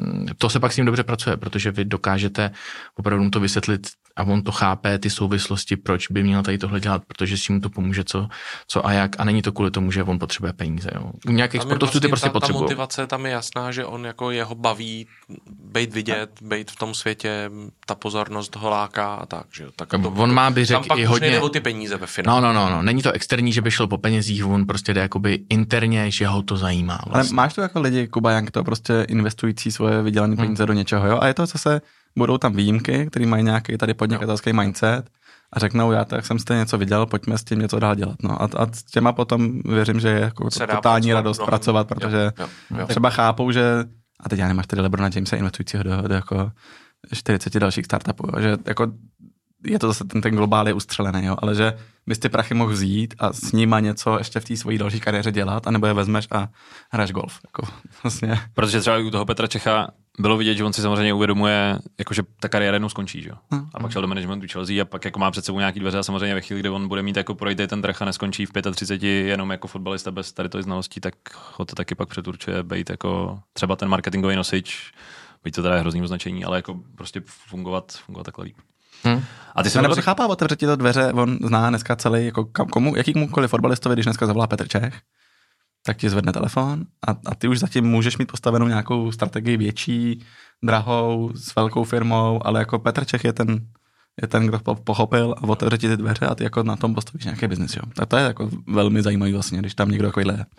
to se pak s ním dobře pracuje, protože vy dokážete opravdu to vysvětlit a on to chápe, ty souvislosti, proč by měl tady tohle dělat, protože si mu to pomůže, co, co a jak. A není to kvůli tomu, že on potřebuje peníze. Jo? U nějakých sportovců vlastně ty prostě potřebují. Ta motivace tam je jasná, že on jako jeho baví být vidět, být v tom světě, ta pozornost ho láká a tak. Že? Tak to, on má by řekl i hodně. Tam pak už o ty peníze ve finále. No, no, no, no, není to externí, že by šel po penězích, on prostě jde jakoby interně, že ho to zajímá. Vlastně. Ale máš tu jako lidi, Kuba Jank, to prostě investující svoje vydělané peníze hmm. do něčeho, jo? A je to zase, budou tam výjimky, který mají nějaký tady podnikatelský mindset a řeknou, já tak jsem si něco viděl, pojďme s tím něco dál dělat. No a, a s těma potom věřím, že je jako to totální radost mnohem. pracovat, protože jo, jo, jo. třeba chápou, že a teď já nemáš tady Lebrona Jamesa investujícího do, do jako čtyřicet dalších startupů, jo? Že jako je to zase ten, ten globál je ustřelený, jo? Ale že bys ty prachy mohl vzít a s nima něco ještě v té svojí další kariéře dělat, anebo je vezmeš a hraješ golf. Jako, vlastně. Protože třeba u toho Petra Čecha bylo vidět, že on si samozřejmě uvědomuje, jako, že ta kariéra jednou skončí, že? Hmm. A pak šel do managementu Chelsea a pak jako má před sebou nějaký dveře a samozřejmě ve chvíli, kdy on bude mít jako projít ten trh a neskončí v třiceti pěti jenom jako fotbalista bez tady toho znalostí, tak ho to taky pak předurčuje být jako třeba ten marketingový nosič, byť to teda je hrozný označení, ale jako prostě fungovat, fungovat takhle líp. Hmm. A ty se nebo to chápá, otevře ti to dveře, on zná dneska celý, jako komu, jakýmukoliv fotbalistovi, když dneska zavolá Petr Čech, tak ti zvedne telefon a, a ty už zatím můžeš mít postavenou nějakou strategii větší, drahou, s velkou firmou, ale jako Petr Čech je ten, je ten, kdo pochopil a otevře ti ty dveře a ty jako na tom postavíš nějaký biznis, jo. Tak to je jako velmi zajímavý vlastně, když tam někdo takovýhle je.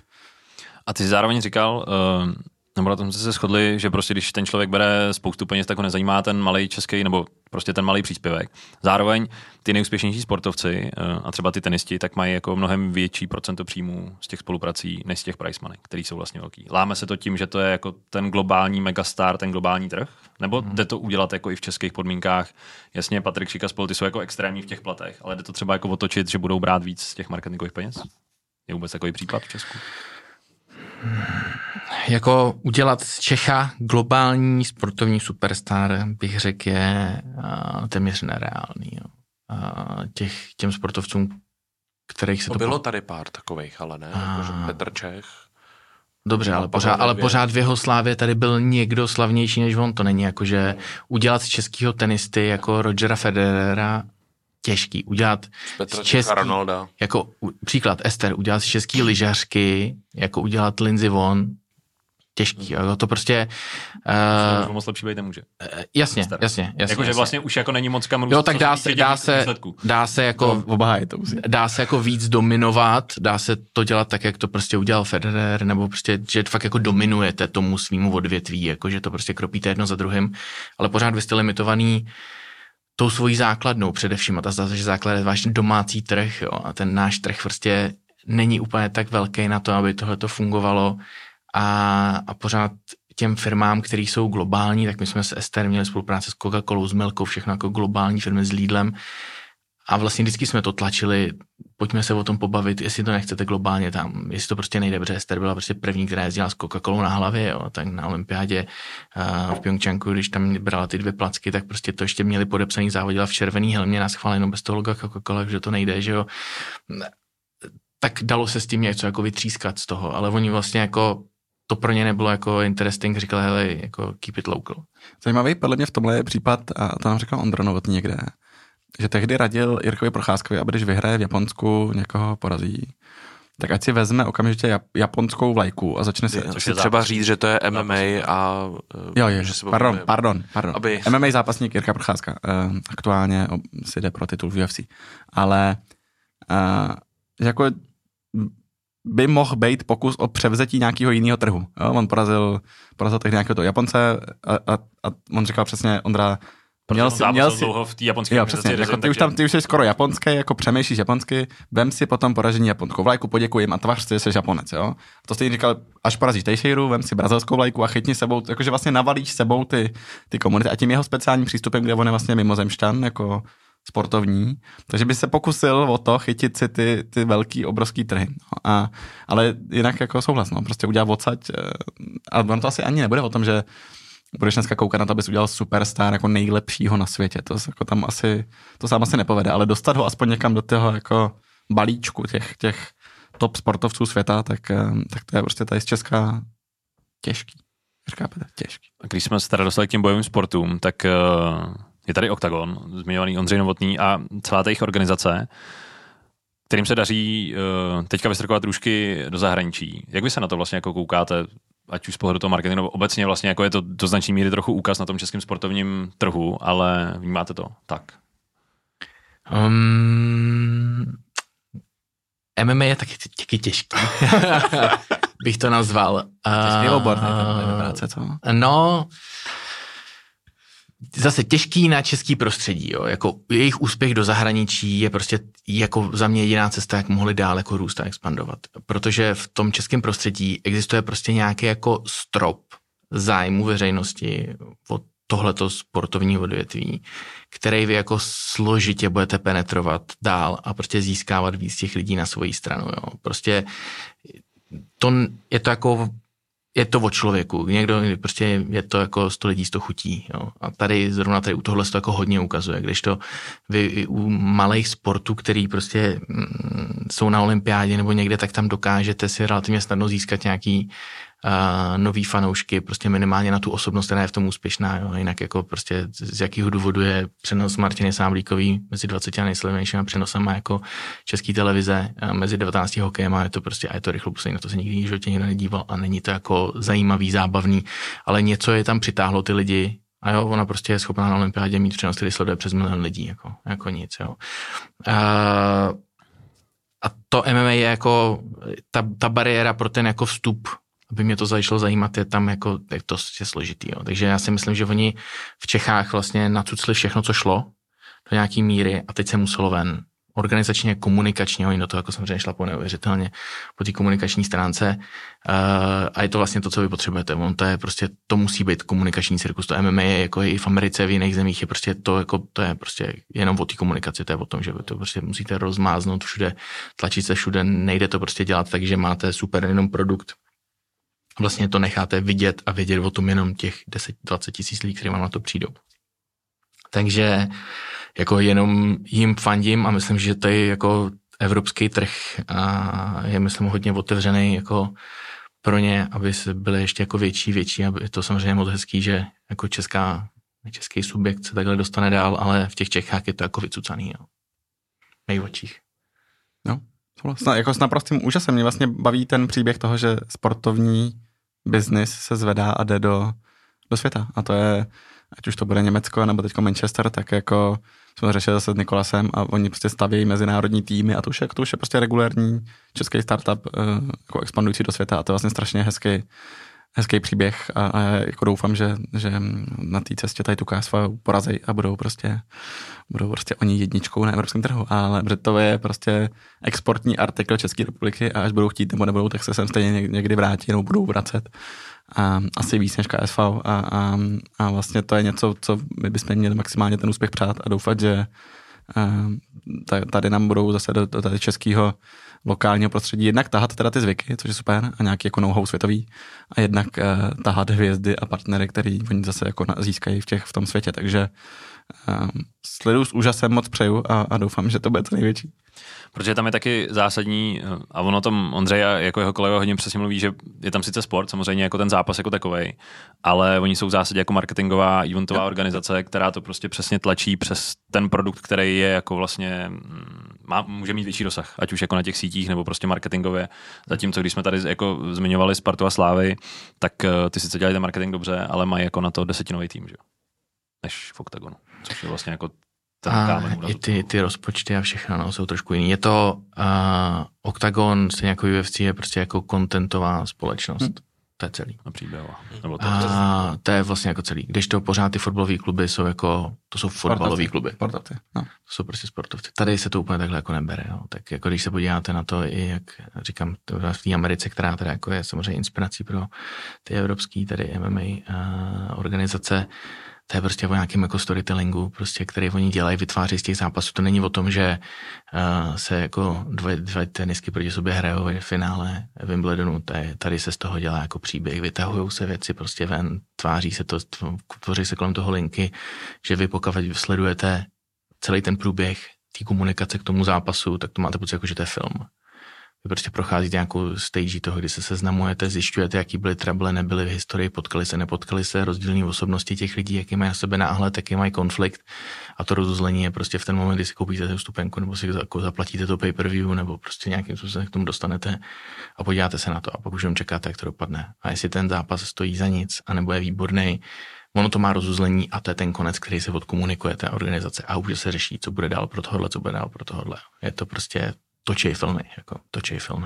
A ty jsi zároveň říkal, uh... nebo na tom se shodli, že prostě když ten člověk bere spoustu peněz, tak ho nezajímá ten malý český, nebo prostě ten malý příspěvek. Zároveň ty nejúspěšnější sportovci a třeba ty tenisti, tak mají jako mnohem větší procento příjmů z těch spoluprací, než z těch prize money, který jsou vlastně velký. Láme se to tím, že to je jako ten globální megastar, ten globální trh, nebo hmm. jde to udělat jako i v českých podmínkách. Jasně, Patrik Šika spolu, ty jsou jako extrémní v těch platech, ale jde to třeba jako otočit, že budou brát víc z těch marketingových peněz? Je vůbec takový případ v Česku? Jako udělat z Čecha globální sportovní superstar, bych řekl, je uh, téměř nereálný. Jo. Uh, těch, těm sportovcům, kterých se to... to bylo tady pár takových, ale ne? A... Jakože Petr Čech. Dobře, ale pořád, ale pořád v jeho slávě tady byl někdo slavnější než on. To není jako, že udělat z českého tenisty jako Rogera Federera těžký. Udělat z český, Ronalda. jako příklad Ester, udělat z český lyžařky, jako udělat Lindsey Vonn, těžký. Jako to prostě... Uh, moc lepší být nemůže. Uh, jasně, jasně, jasně. Jakože jasně. vlastně už jako není moc kam růst. Jo, tak dá se, dá se, dá se jako... Obhájí to musí. Dá se jako víc dominovat, dá se to dělat tak, jak to prostě udělal Federer, nebo prostě, že fakt jako dominujete tomu svýmu odvětví, jako že to prostě kropíte jedno za druhým, ale pořád vy jste limitovaný tou svojí základnou především, a ta zdá se, že základ je váš domácí trh, jo, a ten náš trh prostě není úplně tak velký na to, aby tohle to fungovalo a, a pořád těm firmám, které jsou globální, tak my jsme s Ester měli spolupráce s Coca-Colou, s Milkou, všechno jako globální firmy s Lidlem a vlastně vždycky jsme to tlačili, pojďme se o tom pobavit, jestli to nechcete globálně tam, jestli to prostě nejde, protože Ester byla prostě první, která jezdila s Coca-Colou na hlavě, jo, tak na olympiádě uh, v Pyeongchangu, když tam brala ty dvě placky, tak prostě to ještě měli podepsaný, závodila v červený helmě, nás chválili jenom bez toho loga Coca-Cola, že to nejde, že jo. Tak dalo se s tím něco jako vytřískat z toho, ale oni vlastně jako to pro ně nebylo jako interesting, říkali, hele, jako keep it local. Zajímavý podle mě v tomhle je případ, a to nám řekl Ondra Novotný někde, že tehdy radil Jirkovi Procházkovi, aby když vyhraje v Japonsku, někoho porazí, tak ať si vezme okamžitě japonskou vlajku a začne se... Což je třeba říct, že to je M M A a... Jo, je, že se pardon, bavíme, pardon, pardon. Aby... M M A zápasník Jirka Procházka, uh, aktuálně si jde pro titul v U F C, ale uh, jako by mohl být pokus o převzetí nějakého jiného trhu. Jo? On porazil, porazil tehdy nějakého toho Japonce a, a, a on říkal přesně, Ondra, měl si, měl si dlouho v té japonské jo, přesně, jako ty, už tam, ty už jsi skoro japonský, jako přemýšlíš japonsky, vem si potom poražení japonskou vlajku, poděkuji jim a tvař si, že jsi Japonec. Jo? A to stejně říkal, až porazíš Teixeiru, vem si brazilskou vlajku a chytni sebou, jakože vlastně navalíš sebou ty, ty komunity a tím jeho speciálním přístupem, kde on je vlastně mimozemšťan, jako sportovní, takže by se pokusil o to chytit si ty, ty velký, obrovský trhy. No. A, ale jinak jako souhlas, no, prostě udělat odsaď, a on to asi ani nebude o tom, že budeš dneska koukat na to, abys udělal superstar jako nejlepšího na světě, to jako tam asi, to sám asi nepovede, ale dostat ho aspoň někam do toho jako balíčku těch, těch top sportovců světa, tak, tak to je prostě tady z Česka těžký. Říkáte, těžký. Když jsme se teda dostali k těm bojovým sportům, tak je tady Oktagon, zmiňovaný Ondřej Novotný a celá ta jejich organizace, kterým se daří uh, teďka vystrkovat růžky do zahraničí. Jak vy se na to vlastně jako koukáte, ať už z pohledu toho marketingu, obecně vlastně jako je to do značné míry trochu úkaz na tom českém sportovním trhu, ale vnímáte to tak? Um, M M A je taky, taky těžký. Bych to nazval. Těžký obor, uh, co? No, zase těžký na český prostředí, jo. Jako jejich úspěch do zahraničí je prostě jako za mě jediná cesta, jak mohli dál jako růst a expandovat. Protože v tom českém prostředí existuje prostě nějaký jako strop zájmu veřejnosti od tohleto sportovní odvětví, který vy jako složitě budete penetrovat dál a prostě získávat víc těch lidí na svoji stranu, jo. Prostě to je to jako je to o člověku. Někdo prostě je to jako sto lidí, sto chutí. Jo. A tady zrovna tady u tohle se to jako hodně ukazuje. Když to vy u malých sportů, který prostě mm, jsou na olympiádě nebo někde, tak tam dokážete si relativně snadno získat nějaký uh, nový fanoušky, prostě minimálně na tu osobnost, která je v tom úspěšná. Jo. Jinak jako prostě z jakého důvodu je přenos Martiny Sáblíkový mezi dvaceti nejsledovanějšími přenosama jako český televize mezi devatenácti hokejem a je to prostě a je to rychlopusení, na to se nikdy v životě nikdo nedíval a není to jako zajímavý, zábavný, ale něco je tam přitáhlo ty lidi a jo, ona prostě je schopná na olympiádě mít přenos, který sleduje přes milion lidí, jako, jako nic, jo. A, a to M M A je jako ta, ta bariéra pro ten jako vstup, aby mě to začalo zajímat, je tam jako, je to je složitý, jo. Takže já si myslím, že oni v Čechách vlastně nacucli všechno, co šlo do nějaký míry a teď se muselo ven. Organizačně, komunikačně, oni do toho jako samozřejmě šlapou neuvěřitelně po té komunikační stránce uh, a je to vlastně to, co vy potřebujete. On to je prostě, to musí být komunikační cirkus, to M M A je jako i v Americe, v jiných zemích je prostě to, jako, to je prostě jenom o té komunikaci, to je o tom, že vy to prostě musíte rozmáznout všude, tlačit se všude, nejde to prostě dělat tak, že máte super jenom produkt vlastně to necháte vidět a vědět o tom jenom těch deset dvacet tisíc lidí, kteří vám na to přijdou. Takže jako jenom jim fandím a myslím, že tady jako evropský trh a je myslím hodně otevřený jako pro ně, aby se byly ještě jako větší, větší, aby to samozřejmě moc hezký, že jako česká, český subjekt se takhle dostane dál, ale v těch Čechách je to jako vycucaný, jo. V mých očích. No, vlastně, jako s naprostým úžasem. Mě vlastně baví ten příběh toho, že sportovní biznis se zvedá a jde do, do světa. A to je, ať už to bude Německo nebo teďko Manchester, tak jako jsme řešili zase s Nikolasem a oni prostě stavějí mezinárodní týmy a to už je, to už je prostě regulární český startup uh, jako expandující do světa a to je vlastně strašně hezký, hezký příběh a, a jako doufám, že, že na té cestě tady tu kásu porazej a budou prostě, budou prostě oni jedničkou na evropském trhu, ale to je prostě exportní artikl České republiky a až budou chtít nebo nebudou, tak se sem stejně někdy vrátí nebo budou vracet. A asi víc než K S V a, a, a vlastně to je něco, co my bychom měli maximálně ten úspěch přát a doufat, že a, tady nám budou zase do, do tady českého lokálního prostředí jednak tahat teda ty zvyky, což je super a nějaký jako know-how světový a jednak uh, tahat hvězdy a partnery, který oni zase jako získají v, těch, v tom světě, takže uh, sleduju s úžasem, moc přeju a, a doufám, že to bude to největší. Protože tam je taky zásadní, a ono tom Ondřej a jako jeho kolega hodně přesně mluví, že je tam sice sport, samozřejmě jako ten zápas jako takovej, ale oni jsou v zásadě jako marketingová, eventová organizace, která to prostě přesně tlačí přes ten produkt, který je jako vlastně, má, může mít větší dosah, ať už jako na těch sítích nebo prostě marketingově. Zatímco když jsme tady jako zmiňovali Spartu a Slávy, tak ty sice dělají ten marketing dobře, ale mají jako na to desetinový tým, že? Než v Octagonu, což je vlastně jako a i ty, ty rozpočty a všechno no, jsou trošku jiný. Je to uh, Octagon, stejně jako U F C, je prostě jako contentová společnost. Hmm. To je celý. A příběhová. Nebo to, a to je vlastně jako celý. Když to pořád ty fotbalové kluby jsou jako, to jsou fotbalové kluby. Sportovci. No. To jsou prostě sportovci. Tady se to úplně takhle jako nebere. Jo. Tak jako když se podíváte na to, i jak říkám, v té Americe, která teda jako je samozřejmě inspirací pro ty evropské tady M M A uh, organizace, to je prostě o nějakém jako storytellingu, prostě, který oni dělají, vytváří z těch zápasů. To není o tom, že uh, se jako dvě, dvě tenisky proti sobě hrajou v finále Wimbledonu. Tady se z toho dělá jako příběh, vytahujou se věci prostě ven, tváří se to, tvoří se kolem toho linky, že vy pokud sledujete celý ten průběh té komunikace k tomu zápasu, tak to máte pocit, jako, že to je film. Vy prostě procházíte nějakou stage toho, kdy se seznamujete, zjišťujete, jaký byly trouble, nebyly v historii, potkali se, nepotkali se, rozdílné osobnosti těch lidí, jaký mají na sebe náhled, jaký mají konflikt a to rozuzlení je prostě v ten moment, kdy si koupíte tu vstupenku nebo si jako zaplatíte to pay-per-view nebo prostě nějakým způsobem k tomu dostanete a podíváte se na to a pak už jenom čekáte, jak to dopadne. A jestli ten zápas stojí za nic a nebo je výborný, ono to má rozuzlení a to je ten konec, který se odkomunikuje té organizace a už se řeší, co bude dál pro tohle, co bude dál pro tohle. Je to prostě točí filmy, jako točí filmy.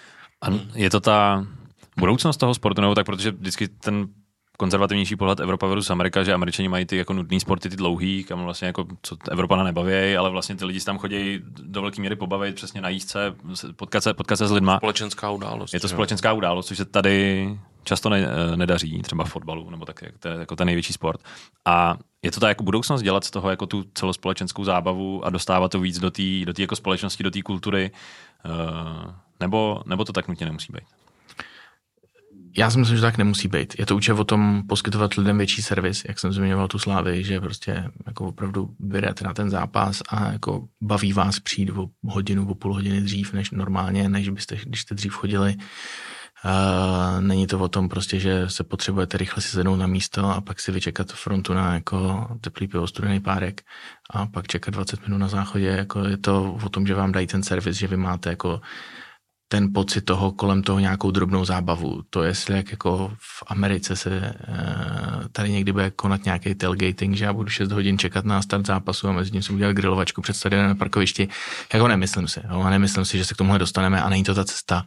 A je to ta budoucnost toho sportu, nebo tak, protože vždycky ten konzervativnější pohled Evropa versus Amerika, že Američani mají ty jako nudný sporty, ty dlouhý, kam vlastně jako co Evropana nebaví, ale vlastně ty lidi tam chodí do velké míry pobavit, přesně najíst se, potkat se, potkat se s lidma. Společenská událost. Je to společenská událost, což se tady často ne, nedaří, třeba v fotbalu, nebo tak, to je jako ten největší sport. A je to ta jako budoucnost dělat z toho jako tu celospolečenskou zábavu a dostávat to víc do té do té jako společnosti, do té kultury, uh, nebo, nebo to tak nutně nemusí být? Já si myslím, že tak nemusí být. Je to určitě o tom poskytovat lidem větší servis, jak jsem zmiňoval tu Slávy, že prostě jako opravdu vyjdete na ten zápas a jako baví vás přijít o hodinu, o půl hodiny dřív, než normálně, než byste, když jste dřív chodili. Uh, není to o tom prostě, že se potřebujete rychle si sednout na místo a pak si vyčekat frontu na jako teplý pivo, studený párek a pak čekat dvacet minut na záchodě. Jako je to o tom, že vám dají ten servis, že vy máte jako ten pocit toho, kolem toho nějakou drobnou zábavu. To jestli jak jako v Americe se tady někdy bude konat nějaký tailgating, že já budu šest hodin čekat na start zápasu a mezi tím jsem udělal grilovačku před stadionem na parkovišti. Jako nemyslím si. Jo? A nemyslím si, že se k tomuhle dostaneme a není to ta cesta.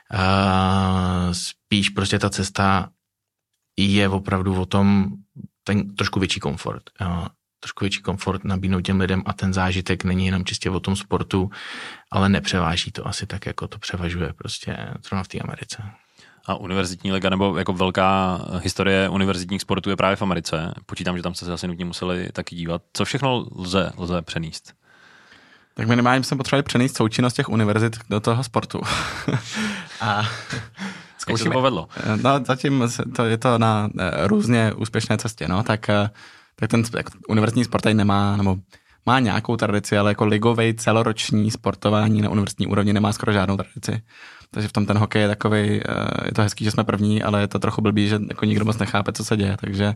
Spíš prostě ta cesta je opravdu o tom ten trošku větší komfort. Jo? trošku větší komfort nabídnout těm lidem a ten zážitek není jenom čistě o tom sportu, ale nepřeváží to asi tak, jako to převažuje prostě zrovna v té Americe. A univerzitní liga nebo jako velká historie univerzitních sportů je právě v Americe. Počítám, že tam jste se asi nutně museli taky dívat. Co všechno lze, lze přenést? Tak minimálně jsme potřebovali přenést součinnost těch univerzit do toho sportu. A Jak se to povedlo? No, zatím to, je to na různě úspěšné cestě, no, tak, tak ten jak, univerzitní sport tady nemá, nebo má nějakou tradici, ale jako ligovej celoroční sportování na univerzitní úrovni nemá skoro žádnou tradici. Takže v tom ten hokej je takovej, je to hezký, že jsme první, ale je to trochu blbý, že jako nikdo moc nechápe, co se děje. Takže,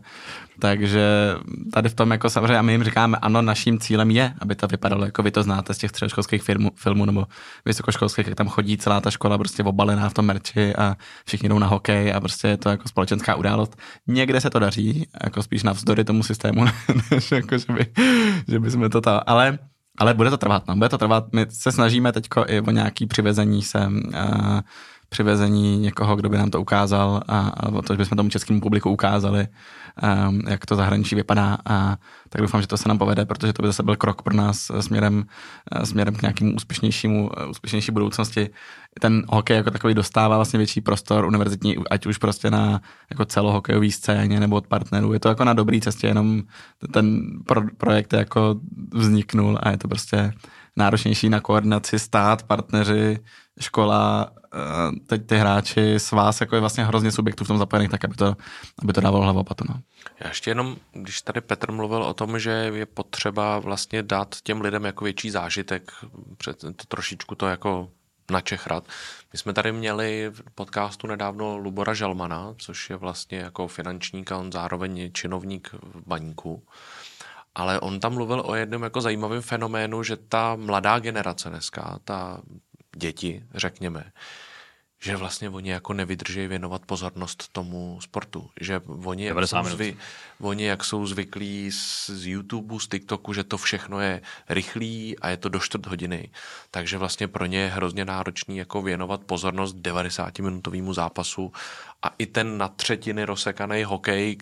takže tady v tom jako samozřejmě a my jim říkáme, ano, naším cílem je, aby to vypadalo, jako vy to znáte z těch středoškolských filmů, filmů nebo vysokoškolských, jak tam chodí celá ta škola prostě obalená v tom merči a všichni jdou na hokej a prostě je to jako společenská událost. Někde se to daří, jako spíš navzdory tomu systému, než jako, že by, že by jsme to ta, ale Ale bude to trvat, no, bude to trvat. My se snažíme teďko i o nějaký přivezení se, uh, přivezení někoho, kdo by nám to ukázal a, a o to, že bychom tomu českému publiku ukázali, um, jak to zahraničí vypadá a tak doufám, že to se nám povede, protože to by zase byl krok pro nás směrem, směrem k nějakému úspěšnějšímu, úspěšnější budoucnosti. Ten hokej jako takový dostává vlastně větší prostor univerzitní, ať už prostě na jako celohokejový scéně nebo od partnerů. Je to jako na dobrý cestě, jenom ten pro, projekt jako vzniknul a je to prostě náročnější na koordinaci stát, partneři, škola, teď ty hráči, s vás, jako je vlastně hrozně subjektů v tom zapojených, tak aby to, aby to dávalo hlavu a patu. No. Já ještě jenom, když tady Petr mluvil o tom, že je potřeba vlastně dát těm lidem jako větší zážitek, to trošičku to jako načechrat. My jsme tady měli v podcastu nedávno Lubora Žalmana, což je vlastně jako finančník a on zároveň činovník v baníku. Ale on tam mluvil o jednom jako zajímavém fenoménu, že ta mladá generace dneska, ta děti, řekněme, že vlastně oni jako nevydrží věnovat pozornost tomu sportu. Že oni, jak jsou, zvy, oni jak jsou zvyklí z, z YouTube, z TikToku, že to všechno je rychlý a je to do čtvrt hodiny. Takže vlastně pro ně je hrozně náročný jako věnovat pozornost devadesátiminutovému zápasu a i ten na třetiny rozsekaný hokej,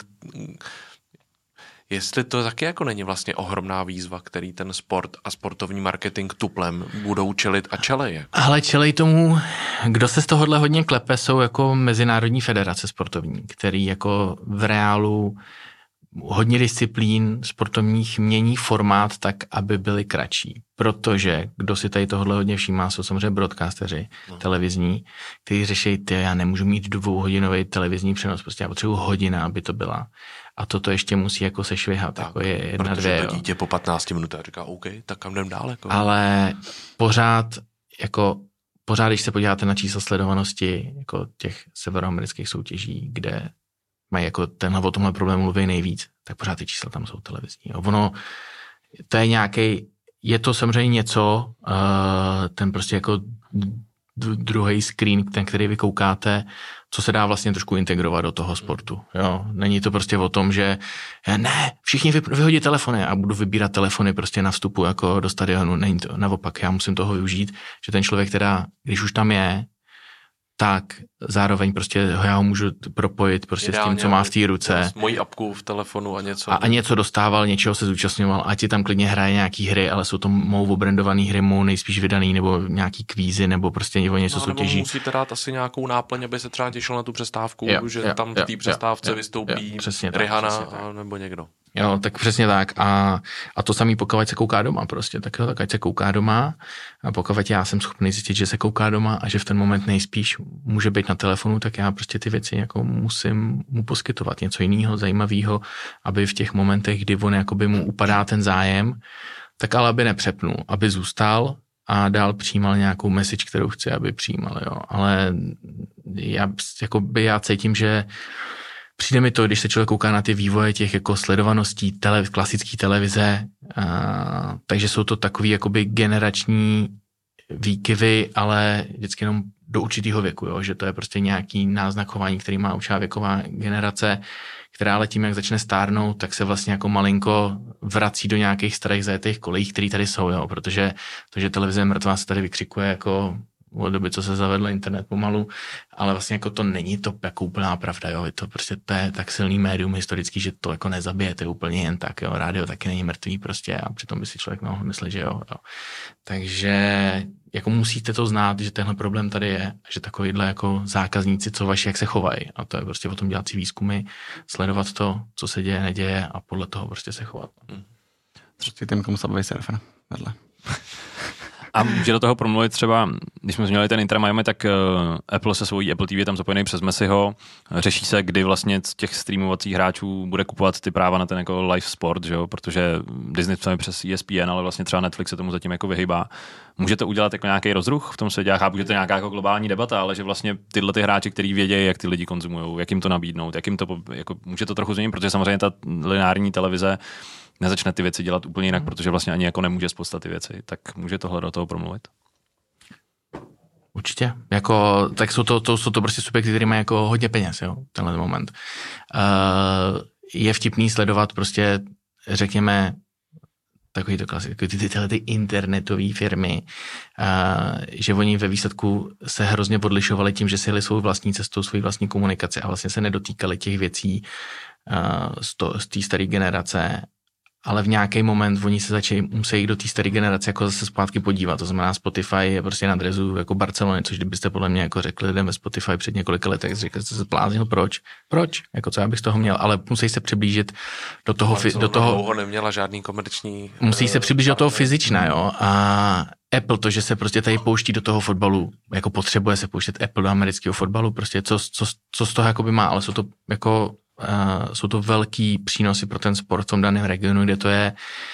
jestli to taky jako není vlastně ohromná výzva, který ten sport a sportovní marketing tuplem budou čelit a čelej. Jako. Ale čelej tomu, kdo se z tohohle hodně klepe, jsou jako mezinárodní federace sportovní, který jako v reálu hodně disciplín sportovních mění formát tak, aby byly kratší. Protože, kdo si tady tohle hodně všímá, jsou samozřejmě broadcasteři no. televizní, kteří řeší, ty, já nemůžu mít dvouhodinový televizní přenos, prostě já potřebuji hodina, aby to byla. A toto ještě musí jako sešvihat, tak, jako je jedna, protože dvě. Protože to dítě po patnácti minutách říká, OK, tak kam jdem dál? Jako. Ale pořád, jako, pořád, když se podíváte na čísla sledovanosti jako těch severoamerických soutěží, kde mají jako tenhle o tomhle problému mluví nejvíc, tak pořád ty čísla tam jsou televizní. Ono, to je nějaký, je to samozřejmě něco, uh, ten prostě jako druhý screen, ten, který vy koukáte, co se dá vlastně trošku integrovat do toho sportu. Jo? Není to prostě o tom, že ne, všichni vyhodí telefony a budu vybírat telefony prostě na vstupu jako do stadionu. Není to, naopak, já musím toho využít, že ten člověk teda, když už tam je, tak zároveň prostě já ho můžu propojit prostě ideálně s tím, co má v té ruce. Mojí apku v telefonu a něco. A, a něco dostával, něčeho se zúčastňoval, ať ti tam klidně hraje nějaký hry, ale jsou to mou obrandovaný hry, mou nejspíš vydaný, nebo nějaký kvízy, nebo prostě něco no, soutěží. Nebo musíte dát asi nějakou náplň, aby se třeba těšil na tu přestávku, jo, že jo, tam v té přestávce jo, vystoupí jo, Rihanna tak, a, nebo někdo. Jo, tak přesně tak. A, a to samý, pokud se kouká doma prostě, tak jo, tak ať se kouká doma a pokud já jsem schopný zjistit, že se kouká doma a že v ten moment nejspíš může být na telefonu, tak já prostě ty věci jako musím mu poskytovat něco jiného, zajímavého, aby v těch momentech, kdy on jakoby mu upadá ten zájem, tak ale aby nepřepnul, aby zůstal a dál přijímal nějakou message, kterou chci, aby přijímal, jo. Ale já, jakoby já cítím, že přijde mi to, když se člověk kouká na ty vývoje těch jako sledovaností tele, klasické televize, a, takže jsou to takový jakoby generační výkyvy, ale vždycky jenom do určitého věku, jo? Že to je prostě nějaký náznak chování, který má určitá věková generace, která ale tím, jak začne stárnout, tak se vlastně jako malinko vrací do nějakých starých zajetých kolejí, které tady jsou, jo? Protože to, že televize je mrtvá, se tady vykřikuje jako od doby, co se zavedl internet pomalu, ale vlastně jako to není to jako úplná pravda, jo, je to prostě to je tak silný médium historický, že to jako nezabije, to je úplně jen tak, jo, rádio taky není mrtvý prostě a přitom by si člověk mohl myslet, že jo, jo. Takže jako musíte to znát, že tenhle problém tady je, že takovýhle jako zákazníci, co vaši, jak se chovají a to je prostě o tom dělat si výzkumy, sledovat to, co se děje, neděje a podle toho prostě se chovat. Třetí tím, komu sabavej surfer vedle. A může do toho promluvit třeba, když jsme změnili ten Inter Miami, tak uh, Apple se svojí Apple T V je tam zapojený přes Messiho. Řeší se, kdy vlastně z těch streamovacích hráčů bude kupovat ty práva na ten jako live sport, že jo? Protože Disney psal přes E S P N, ale vlastně třeba Netflix se tomu zatím jako vyhýbá. Můžete udělat jako nějaký rozruch v tom světě? Já chápu, že to je nějaká jako globální debata, ale že vlastně tyhle ty hráči, kteří vědějí, jak ty lidi konzumují, jak jim to nabídnout, jak jim to jako, může to trochu změnit, protože samozřejmě ta lineární televize nezačne ty věci dělat úplně jinak, protože vlastně ani jako nemůže spousta ty věci. Tak může tohle do toho promluvit? Určitě. Jako, tak jsou to, to, jsou to prostě subjekty, které mají jako hodně peněz, jo, tenhle moment. Uh, je vtipný sledovat prostě, řekněme, takový to klasik, ty, ty, tyhle ty internetové firmy, uh, že oni ve výsledku se hrozně odlišovali tím, že si jeli svou vlastní cestou, svou vlastní komunikaci a vlastně se nedotýkali těch věcí uh, z té staré generace, ale v nějaký moment oni se začali musí do té staré generace jako zase zpátky podívat. To znamená, Spotify je prostě na drezu jako Barcelony, což kdybyste podle mě jako řekli lidem ve Spotify před několika lety, tak řekli jste se bláznil, proč? Proč? Jako co já bych z toho měl? Ale musí se přiblížit do toho... Fi, do toho dlouho neměla žádný komerční... Musí se přiblížit do toho fyzična, jo? A Apple, to, že se prostě tady pouští do toho fotbalu, jako potřebuje se pouštět Apple do amerického fotbalu, prostě co, co, co z toho jakoby má, ale jsou to jako... Uh, jsou to velký přínosy pro ten sport v tom daném regionu, kde to je.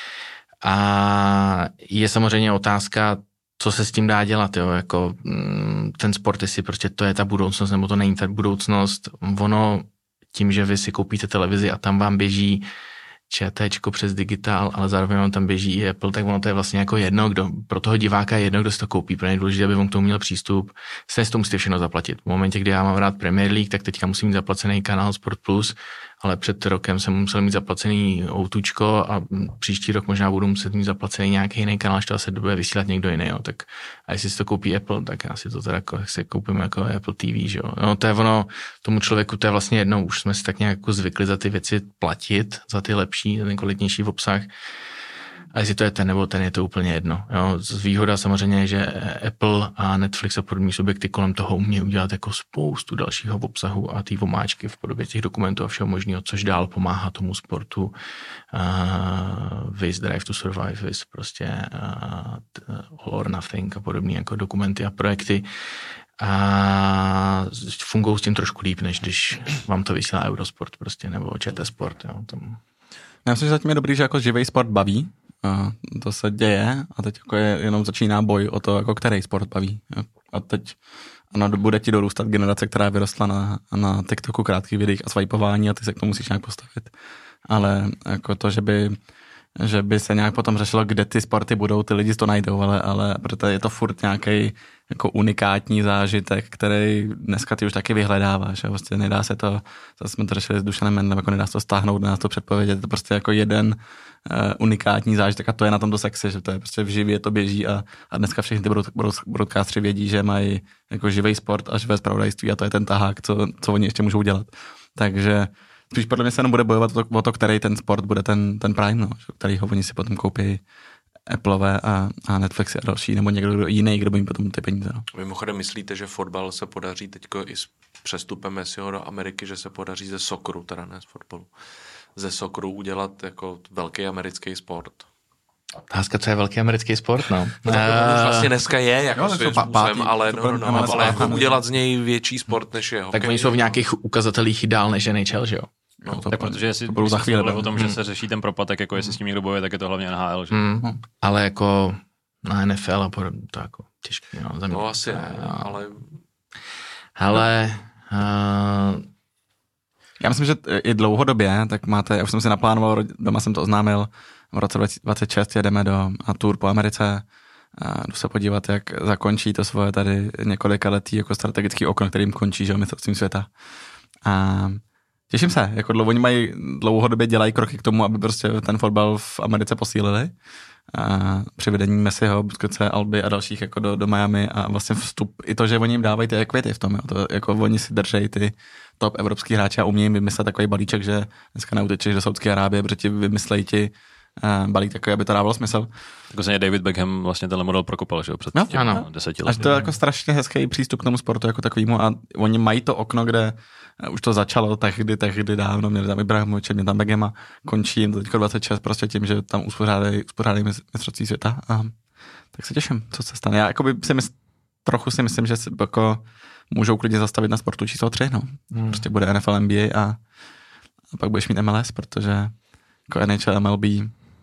A je samozřejmě otázka, co se s tím dá dělat, jo, jako mm, ten sport, jestli prostě to je ta budoucnost, nebo to není ta budoucnost. Ono tím, že vy si koupíte televizi a tam vám běží ČTčko přes digitál, ale zároveň vám tam běží i Apple, tak ono to je vlastně jako jedno, kdo, pro toho diváka je jedno, kdo si to koupí, pro něj je důležité, aby on k tomu měl přístup, se s tomu musíte všechno zaplatit. V momentě, kdy já mám rád Premier League, tak teďka musím mít zaplacený kanál Sport Plus, ale před rokem jsem musel mít zaplacený Outučko a příští rok možná budu muset mít zaplacený nějaký jiný kanál, že to se bude vysílat někdo jiný, jo. Tak a jestli si to koupí Apple, tak já si to teda jako, si koupím jako Apple T V, že jo. No, to je ono, tomu člověku to je vlastně jedno, už jsme si tak nějak jako zvykli za ty věci platit, za ty lepší, za ten kvalitnější obsah. A jestli to je ten nebo ten, je to úplně jedno. Jo. Výhoda samozřejmě je, že Apple a Netflix a podobní subjekty kolem toho umějí udělat jako spoustu dalšího obsahu a ty omáčky v podobě těch dokumentů a všeho možného, což dál pomáhá tomu sportu. Uh, Viz Drive to Survive, Viz prostě uh, All or Nothing a podobné jako dokumenty a projekty. A fungují s tím trošku líp, než když vám to vysílá Eurosport prostě, nebo ČT Sport. Jo. Tam... Já myslím, že zatím je dobrý, že jako živý sport baví. A to se děje a teď jako je, jenom začíná boj o to, jako který sport baví. A teď ano, bude ti dorůstat generace, která vyrostla na, na TikToku krátkých videích a swipování a ty se k tomu musíš nějak postavit. Ale jako to, že by, že by se nějak potom řešilo, kde ty sporty budou, ty lidi to najdou, ale, ale protože je to furt nějaký jako unikátní zážitek, který dneska ty už taky vyhledáváš. A vlastně nedá se to, zase jsme to řešili s Dušanem Mendlem, jako nedá se to stáhnout, nedá se to předpovědět, je to prostě jako jeden uh, unikátní zážitek a to je na tom to sexy, že to je prostě v živě to běží a, a dneska všechny ty broadcastři vědí, že mají jako živý sport a živé zpravodajství a to je ten tahák, co, co oni ještě můžou dělat. Takže spíš podle mě se jenom bude bojovat o to, o to který ten sport bude ten, ten prime, no, který ho oni si potom koupí Appleové a, a Netflixy a další, nebo někdo jiný, kdo by jim potom ty peníze. No. Mimochodem myslíte, že fotbal se podaří teďko i s přestupem Messiho do Ameriky, že se podaří ze socceru, teda ne z fotbalu, ze socceru udělat jako velký americký sport? Otázka, co je velký americký sport, no. No tak to vlastně dneska je, jako jo, svým pátý, způsobem, ale, no, no, no, ale jako pátý. udělat z něj větší sport, než je hokej. Tak oni jsou v nějakých ukazatelích i dál než N H L, že jo? No, to, tak protože jestli to budou za chvíli o tom, že se řeší ten propad, tak jako jestli s tím někdo bojuje, tak je to hlavně N H L. Že? Mm, ale jako na N F L a podobně, to jako těžké. No, za mě. No asi ne, ale... Ale... Uh... Já myslím, že i dlouhodobě, tak máte, já už jsem si naplánoval, doma jsem to oznámil, v roce dvacet dvacet šest jedeme do, na tour po Americe, a jdu se podívat, jak zakončí to svoje tady několika letý jako strategický okno, kterým končí, že jo, mistrovstvím světa. A těším se, jako dlouho, oni mají dlouhodobě dělají kroky k tomu, aby prostě ten fotbal v Americe posílili. A přivedení Messiho, Busquetse, Alby a dalších jako do, do Miami a vlastně vstup, i to, že oni jim dávají ty equity v tom, jo, to, jako oni si držejí ty top evropský hráči a umějí jim vymyslet takový balíček, že dneska neutečeš do Saudské Arábie, protože ti vymyslejí ti uh, balík takový, aby to dávalo smysl. Tak vlastně David Beckham vlastně tenhle model prokopal, že jo, před no, těmi ano. deseti lety. A to je jako strašně hezký přístup k tomu sportu jako takovýmu a oni mají to okno, kde už to začalo tehdy, tehdy dávno, měli tam Ibrahimoviče, měli tam Beckhama, končí jim to teď dvacet šest prostě tím, že tam uspořádají uspořádají mistrovství světa a tak se těším, co se stane. Já jakoby si mysl, trochu si myslím, že si jako můžou klidně zastavit na sportu číslo tři, no. Hmm. Prostě bude N F L, N B A a, a pak budeš mít M L S, protože jako N H L, M L B.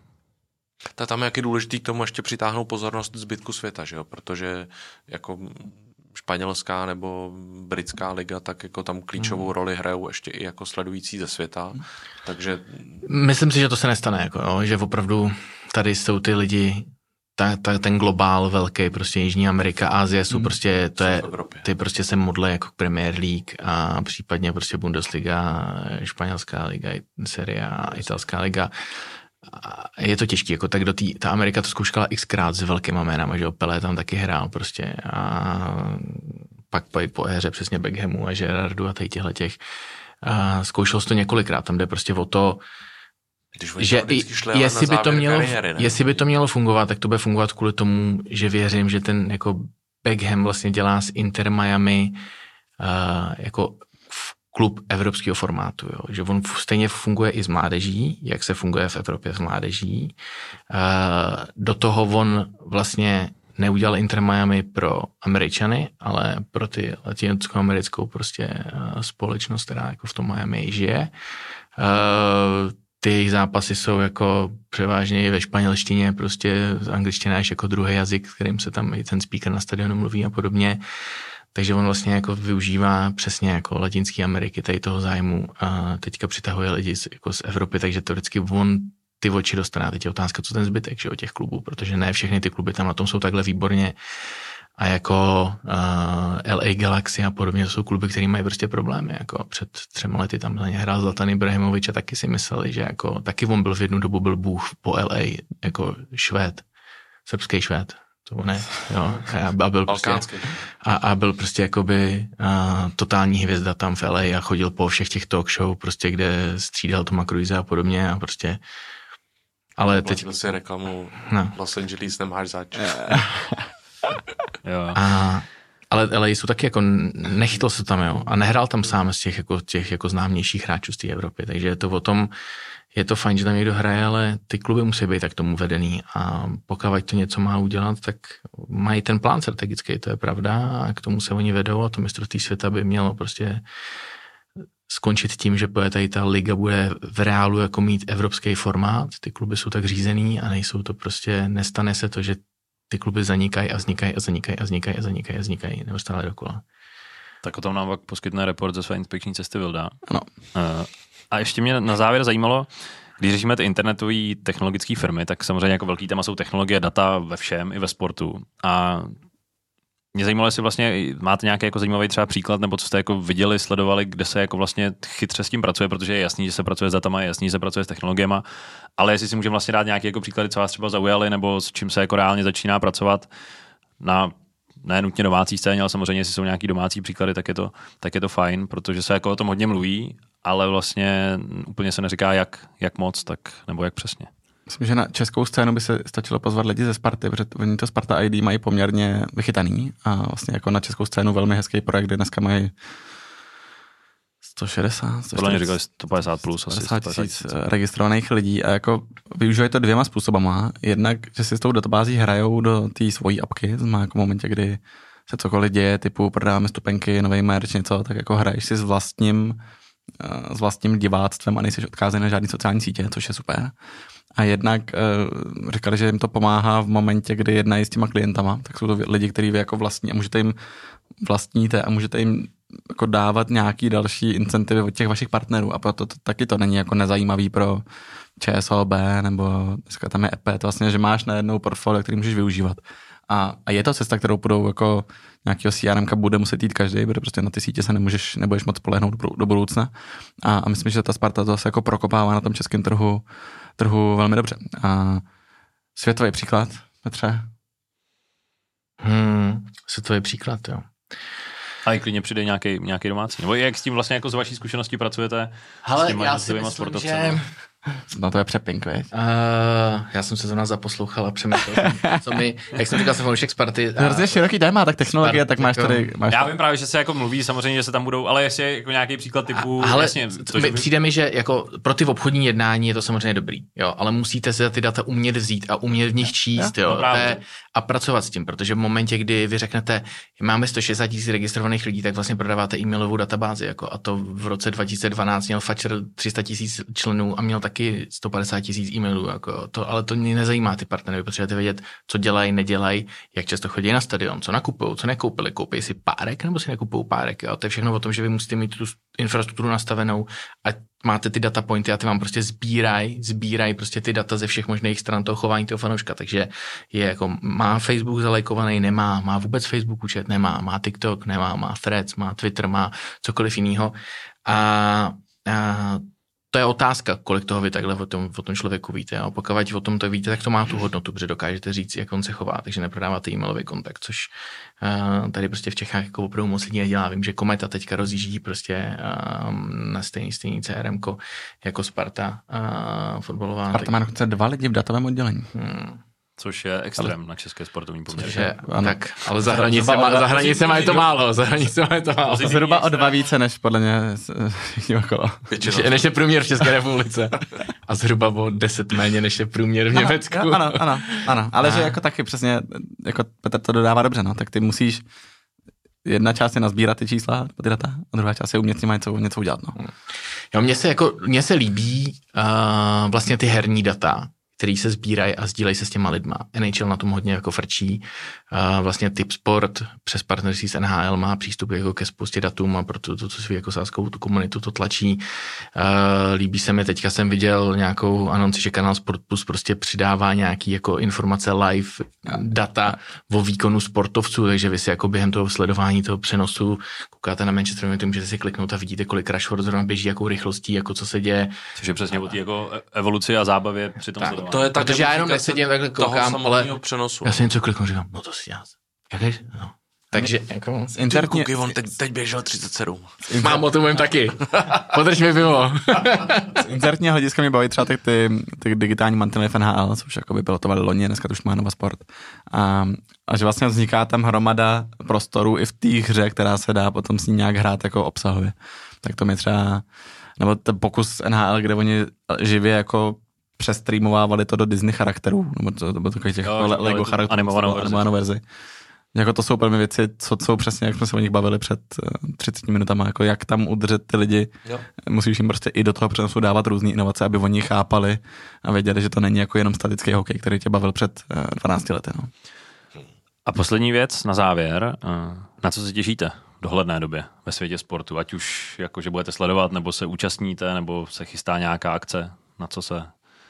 Ta tam je jaký důležitý k tomu ještě přitáhnout pozornost zbytku světa, že jo? Protože jako španělská nebo britská liga, tak jako tam klíčovou roli hrajou ještě i jako sledující ze světa, takže... Myslím si, že to se nestane, jako, jo? Že opravdu tady jsou ty lidi, ta, ta, ten globál velký, prostě Jižní Amerika, Asie jsou prostě, to je, ty prostě se modlí jako Premier League a případně prostě Bundesliga, španělská liga, Serie A, italská liga. A je to těžké, jako tak do tý, ta Amerika to zkoušela xkrát s velkýma jménama, že jo, Pelé tam taky hrál prostě a pak po, po éře přesně Beckhamu a Gerardu a tady těchto těch. A zkoušel jsi to několikrát, tam jde prostě o to, že i, jestli, by to mělo, kariéry, jestli by to mělo fungovat, tak to bude fungovat kvůli tomu, že věřím, že ten jako Beckham vlastně dělá s Inter Miami uh, jako klub evropského formátu, jo. Že on stejně funguje i s mládeží, jak se funguje v Evropě s mládeží. Uh, do toho on vlastně neudělal Inter Miami pro Američany, ale pro ty latinskoamerickou prostě uh, společnost, která jako v tom Miami žije. Uh, ty jejich zápasy jsou jako převážně ve španělštině, prostě angličtina je jako druhý jazyk, kterým se tam i ten speaker na stadionu mluví a podobně. Takže on vlastně jako využívá přesně jako Latinské Ameriky tady toho zájmu a teďka přitahuje lidi z, jako z Evropy, takže teoreticky on ty oči dostane. Teď je otázka, co ten zbytek, že, o těch klubů, protože ne všechny ty kluby tam na tom jsou takhle výborně a jako uh, L A Galaxy a podobně, to jsou kluby, které mají prostě problémy. Jako před třema lety tam za ně hrál Zlatan Ibrahimovič a taky si mysleli, že jako taky on byl v jednu dobu byl bůh po L A, jako Švéd, srbský Švéd. To ne, jo, a byl prostě, a, a byl prostě jakoby a, totální hvězda tam v L A a chodil po všech těch talk show, prostě kde střídal Toma Cruise a podobně a prostě, ale teď... Platil si reklamu no. Los Angeles nemáš zač. Jo. A, ale L A jsou taky jako, nechytl se tam, jo, a nehrál tam sám z těch jako, těch jako známějších hráčů z té Evropy, takže je to o tom, je to fajn, že tam někdo hraje, ale ty kluby musí být tak k tomu vedený a pokud to něco má udělat, tak mají ten plán strategický, to je pravda a k tomu se oni vedou a to mistrovství světa by mělo prostě skončit tím, že tady ta liga bude v reálu jako mít evropský formát, ty kluby jsou tak řízený a nejsou to prostě, nestane se to, že ty kluby zanikají a vznikají a zanikají a vznikají a zanikají a vznikají neustále dokola. Tak o tom nám pak poskytne report ze své inspekční cesty Vilda. Ano. Uh, A ještě mě na závěr zajímalo, když řešíme ty internetové technologické firmy, tak samozřejmě jako velký téma jsou technologie, data ve všem, i ve sportu. A mě zajímalo, jestli vlastně máte nějaký jako zajímavý třeba příklad, nebo co jste jako viděli, sledovali, kde se jako vlastně chytře s tím pracuje, protože je jasný, že se pracuje s datama, je jasný, že se pracuje s technologiemi, ale jestli si můžeme vlastně dát nějaké jako příklady, co vás třeba zaujaly, nebo s čím se jako reálně začíná pracovat na ne nutně domácí scéně, ale samozřejmě, jestli jsou nějaký domácí příklady, tak je to, tak je to fajn, protože se jako o tom hodně mluví, ale vlastně úplně se neříká, jak, jak moc, tak nebo jak přesně. Myslím, že na českou scénu by se stačilo pozvat lidi ze Sparty, protože oni to Sparta I D mají poměrně vychytaný a vlastně jako na českou scénu velmi hezký projekt, kde dneska mají sto šedesát, sto čtyřicet, podle mě říkali sto padesát plus, asi sto padesát tisíc registrovaných lidí a jako využívají to dvěma způsobama. Jednak, že si s tou databází hrajou do té svojí apky, to znamená jako v momentě, kdy se cokoliv děje, typu prodáme stupenky, nový merch, něco, tak jako hraješ si s vlastním, s vlastním diváctvem a nejsi odkázaný na žádný sociální sítě, což je super. A jednak uh, říkali, že jim to pomáhá v momentě, kdy jednají s těma klientama, tak jsou to lidi, kteří vy jako vlastní a můžete jim vlastníte a můžete jim jako dávat nějaký další incentivy od těch vašich partnerů a proto to, taky to není jako nezajímavý pro ČSOB nebo dneska tam je E P E, to vlastně, že máš najednou portfolio, který můžeš využívat. A, a je to cesta, kterou budou jako nějakého C R M ka bude muset jít každý, protože prostě na ty sítě se nemůžeš, nebudeš moc spolehnout do, do budoucna. A, a myslím, že ta Sparta to zase jako prokopává na tom českém trhu, trhu velmi dobře. A světový příklad, Petře? Hmm, světový příklad, jo. A i klidně přijde nějaký, nějaký domácí. Nebo jak s tím vlastně jako z vaší zkušenosti pracujete? Hele, s těma já si myslím, sportovcema? že No to je přepink, víš? Uh, já jsem se zrovna zaposlouchal a přemýšlel jsem, co mi, jak jsem říkal, jsem fanoušek Sparty. To je hrozně široký téma, tak technologie, Spart, tak máš jako, tady... Máš Já tady... vím právě, že se jako mluví, samozřejmě, že se tam budou, ale jestli jako nějaký příklad typu... A, ale jasně, to, mi, by... přijde mi, že jako pro ty obchodní jednání je to samozřejmě dobrý, jo, ale musíte se ty data umět vzít a umět v nich číst, jo, no právě. a pracovat s tím, protože v momentě, kdy vy řeknete, máme sto šedesát tisíc registrovaných lidí, tak vlastně prodáváte e-mailovou databázi, jako, a to v roce dva tisíce dvanáct měl Fatcher tři sta tisíc členů a měl taky sto padesát tisíc e-mailů, jako, to, ale to mě nezajímá ty partnery, vy potřebujete vědět, co dělají, nedělají, jak často chodí na stadion, co nakupují, co nekoupili, koupí si párek nebo si nekupují párek, jo, to je všechno o tom, že vy musíte mít tu infrastrukturu nastavenou a máte ty data pointy a ty vám prostě sbírají, sbírají prostě ty data ze všech možných stran toho chování toho fanouška, takže je jako, má Facebook zalajkovaný, nemá, má vůbec Facebook účet, nemá, má TikTok, nemá, má Threads, má Twitter, má cokoliv jiného a, a to je otázka, kolik toho vy takhle o tom, o tom člověku víte. A pokud o tom to víte, tak to má tu hodnotu, protože dokážete říct, jak on se chová, takže neprodáváte e-mailový kontakt, což uh, tady prostě v Čechách jako opravdu moc lidí nedělá. Vím, že Kometa teďka rozjíždí prostě um, na stejný, stejný C R M ko jako Sparta uh, fotbalová. Sparta má dokonce dva lidi v datovém oddělení. Hmm. Což je extrém ale, na české sportovní poměry. Což je, tak, ale za hranicema, za hranicema je to málo, za hranicema je to málo. Zhruba o dva více, než podle mě všichni okolo. Než, než je průměr v České republice. A zhruba o deset méně, než je průměr v Německu. Ano, ano, ano, ano. Ale a. že jako taky přesně, jako Petr to dodává dobře, no, tak ty musíš jedna část je nazbírat ty čísla, ty data, a druhá část je umět s nimi něco, něco udělat, no. Jo, mně se jako, mně se líbí uh, vlastně ty herní data, který se sbírají a sdílejí se s těma lidma. N H L na tom hodně jako frčí. Uh, vlastně Tipsport přes partnerství s N H L má přístup jako ke spoustě datům a proto to, co svý jako sáskovou tu komunitu to tlačí. Uh, líbí se mi, teďka jsem viděl nějakou anonci, že kanál Sport Plus prostě přidává nějaký jako informace live data o výkonu sportovců, takže vy si jako během toho sledování toho přenosu koukáte na Manchester United, můžete si kliknout a vidíte, kolik Rashford zrovna běží, jakou rychlostí, jako co se děje. Což je přesně o té jako evoluci a zábavě při tom sledování. To je tak, protože já jenom nesedím takhle koukám, ale přenosu. Já si něco kliknu, říkám, no to si dělá. Jaký? No. Takže jako... Interně... Kuky, on teď, teď běžel třicet sedm. Mám o tom mojím taky. Podrž mi pivo. Z interního hlediska mě baví třeba ty, ty, ty digitální mantinely v N H L, což jako by pilotovali loni, dneska to už má Nova Sport. A, a že vlastně vzniká tam hromada prostorů i v té hře, která se dá potom s ní nějak hrát jako obsahově. Tak to mi třeba... Nebo ten pokus N H L, kde oni živě jako přestreamovávali to do Disney charakterů, nebo to, to bylo takových těch jo, Lego charakterů, animovanou verzi. animovanou verzi. Jako to jsou velmi věci, co jsou přesně, jak jsme se o nich bavili před třiceti minutama, jako jak tam udržet ty lidi. Jo. Musíš jim prostě i do toho přenosu dávat různé inovace, aby oni chápali a věděli, že to není jako jenom statický hokej, který tě bavil před dvanácti lety. No. A poslední věc na závěr, na co se těšíte v dohledné době ve světě sportu, ať už jako, že budete sledovat, nebo se účastníte, nebo se chystá nějaká akce, na co se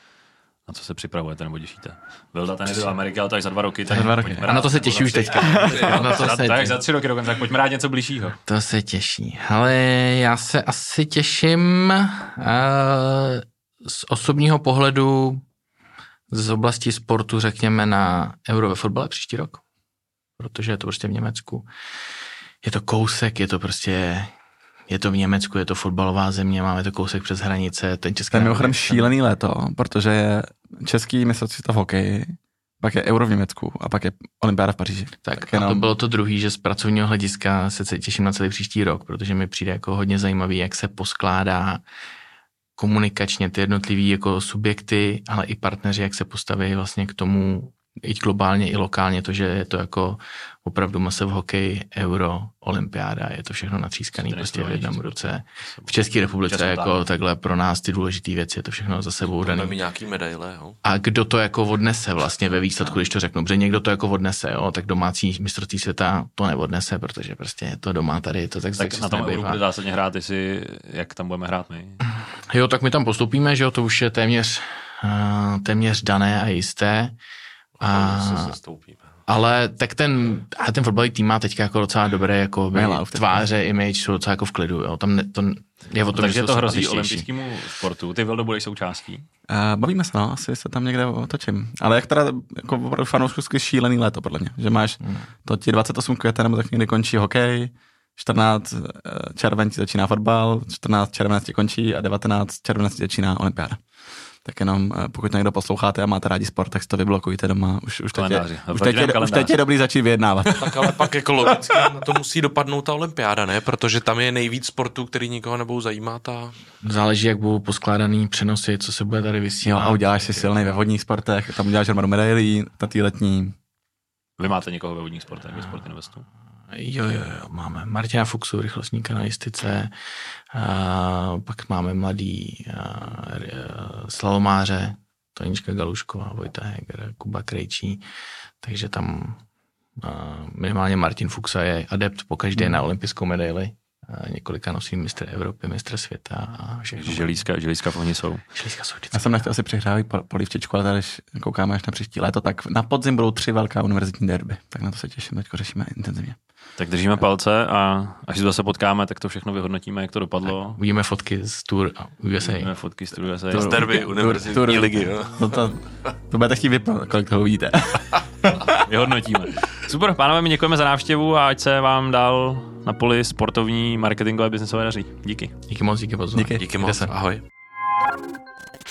Na co se připravujete nebo těšíte? Vilda, ten je do Ameriky, ale tak za dva roky. Tak za dva roky. A na to se těší už teďka. Na to se tak za tři roky dokonce, tak pojďme rád něco blížšího. To se těší. Ale já se asi těším uh, z osobního pohledu z oblasti sportu, řekněme, na Euro ve fotbale příští rok. Protože je to prostě v Německu. Je to kousek, je to prostě... Je to v Německu, je to fotbalová země, máme to kousek přes hranice. Ten český. To je mimochodem šílený léto, protože je český mistrovství v hokeji, pak je Euro v Německu a pak je olympiáda v Paříži. Tak, tak jenom... a to bylo to druhý, že z pracovního hlediska se těším na celý příští rok, protože mi přijde jako hodně zajímavý, jak se poskládá komunikačně ty jednotlivý jako subjekty, ale i partneři, jak se postaví vlastně k tomu, i globálně, i lokálně, to, že je to jako opravdu masev hokej, Euro, olympiáda, je to všechno natřískaný prostě v jednom ruce. V České republice jako takhle pro nás ty důležité věci, je to všechno za sebou daný. Máme nějaký medaile, jo? A kdo to jako odnese vlastně ve výsledku, když to řeknu, protože někdo to jako odnese, jo, tak domácí mistrovství světa to neodnese, protože prostě je to doma tady, je to tak, tak, tak na tom Euro bude zásadně hrát, jestli, jak tam budeme hrát my. Jo, tak my tam postupíme, že jo, to už je téměř, uh, téměř dané a jisté. A, ale tak ten, ten fotbalový tým má teďka jako docela dobré jako v tváře, image, jsou docela jako v klidu. Jo. Tam ne, to je o tom, takže to hrozí olympijskému sportu. Ty, Vildo, budeš součástí? Uh, bavíme se, no, asi se tam někde otočím. Ale jak teda jako opravdu fanouškovsky šílený léto, podle mě. Že máš hmm. to ti dvacet osm květen, nebo tak někdy končí hokej, čtrnáct červen ti začíná fotbal, čtrnáct červenec ti končí a devatenáct červenec ti začíná olympiáda. tak jenom pokud někdo posloucháte a máte rádi sport, tak si to vyblokujte doma. Už, už, teď, je, už, teď, je, už teď je dobrý začít vyjednávat. Tak ale pak jako logicky na to musí dopadnout ta olympiáda, ne? Protože tam je nejvíc sportů, který nikoho nebudou zajímat. A... Záleží, jak budou poskládaný přenosy, co se bude tady vysílat. Jo, a uděláš si silnej ve vodních sportech, tam uděláš hromadu medailí na té letní. Vy máte někoho ve vodních sportech, ve Sport Investu? Jo, jo, jo, máme Martina Fuchsu, rychlostníka na jistice, a pak máme mladý a, a, slalomáře, Tonička Galušková, Vojta Heger, Kuba Krejčí, takže tam a, minimálně Martin Fuchsa je adept pokaždé na olympijskou medaili. A několika nosí mistr Evropy, mistr světa a všechno. Želízka, želízka v ohni jsou. Želízka jsou vždycky. Já jsem nechtěl asi přihrávat polivčičku, ale tady, když koukáme až na příští léto, tak na podzim budou tři velká univerzitní derby. Tak na to se těším, teďko řešíme intenzivně. Tak držíme palce a až se zase potkáme, tak to všechno vyhodnotíme, jak to dopadlo. Tak, uvidíme fotky z Tour U S A. Uvidíme fotky z Tour U S A. Z derby univerzitní ligy. Jo. To, to, to budete chtít vypnout, kolik toho uvidíte. Vyhodnotíme. Super, pánové, my děkujeme za návštěvu a ať se vám dál na poli sportovní, marketingové, biznesové daří. Díky. Díky moc, díky moc. Díky. Díky moc, ahoj.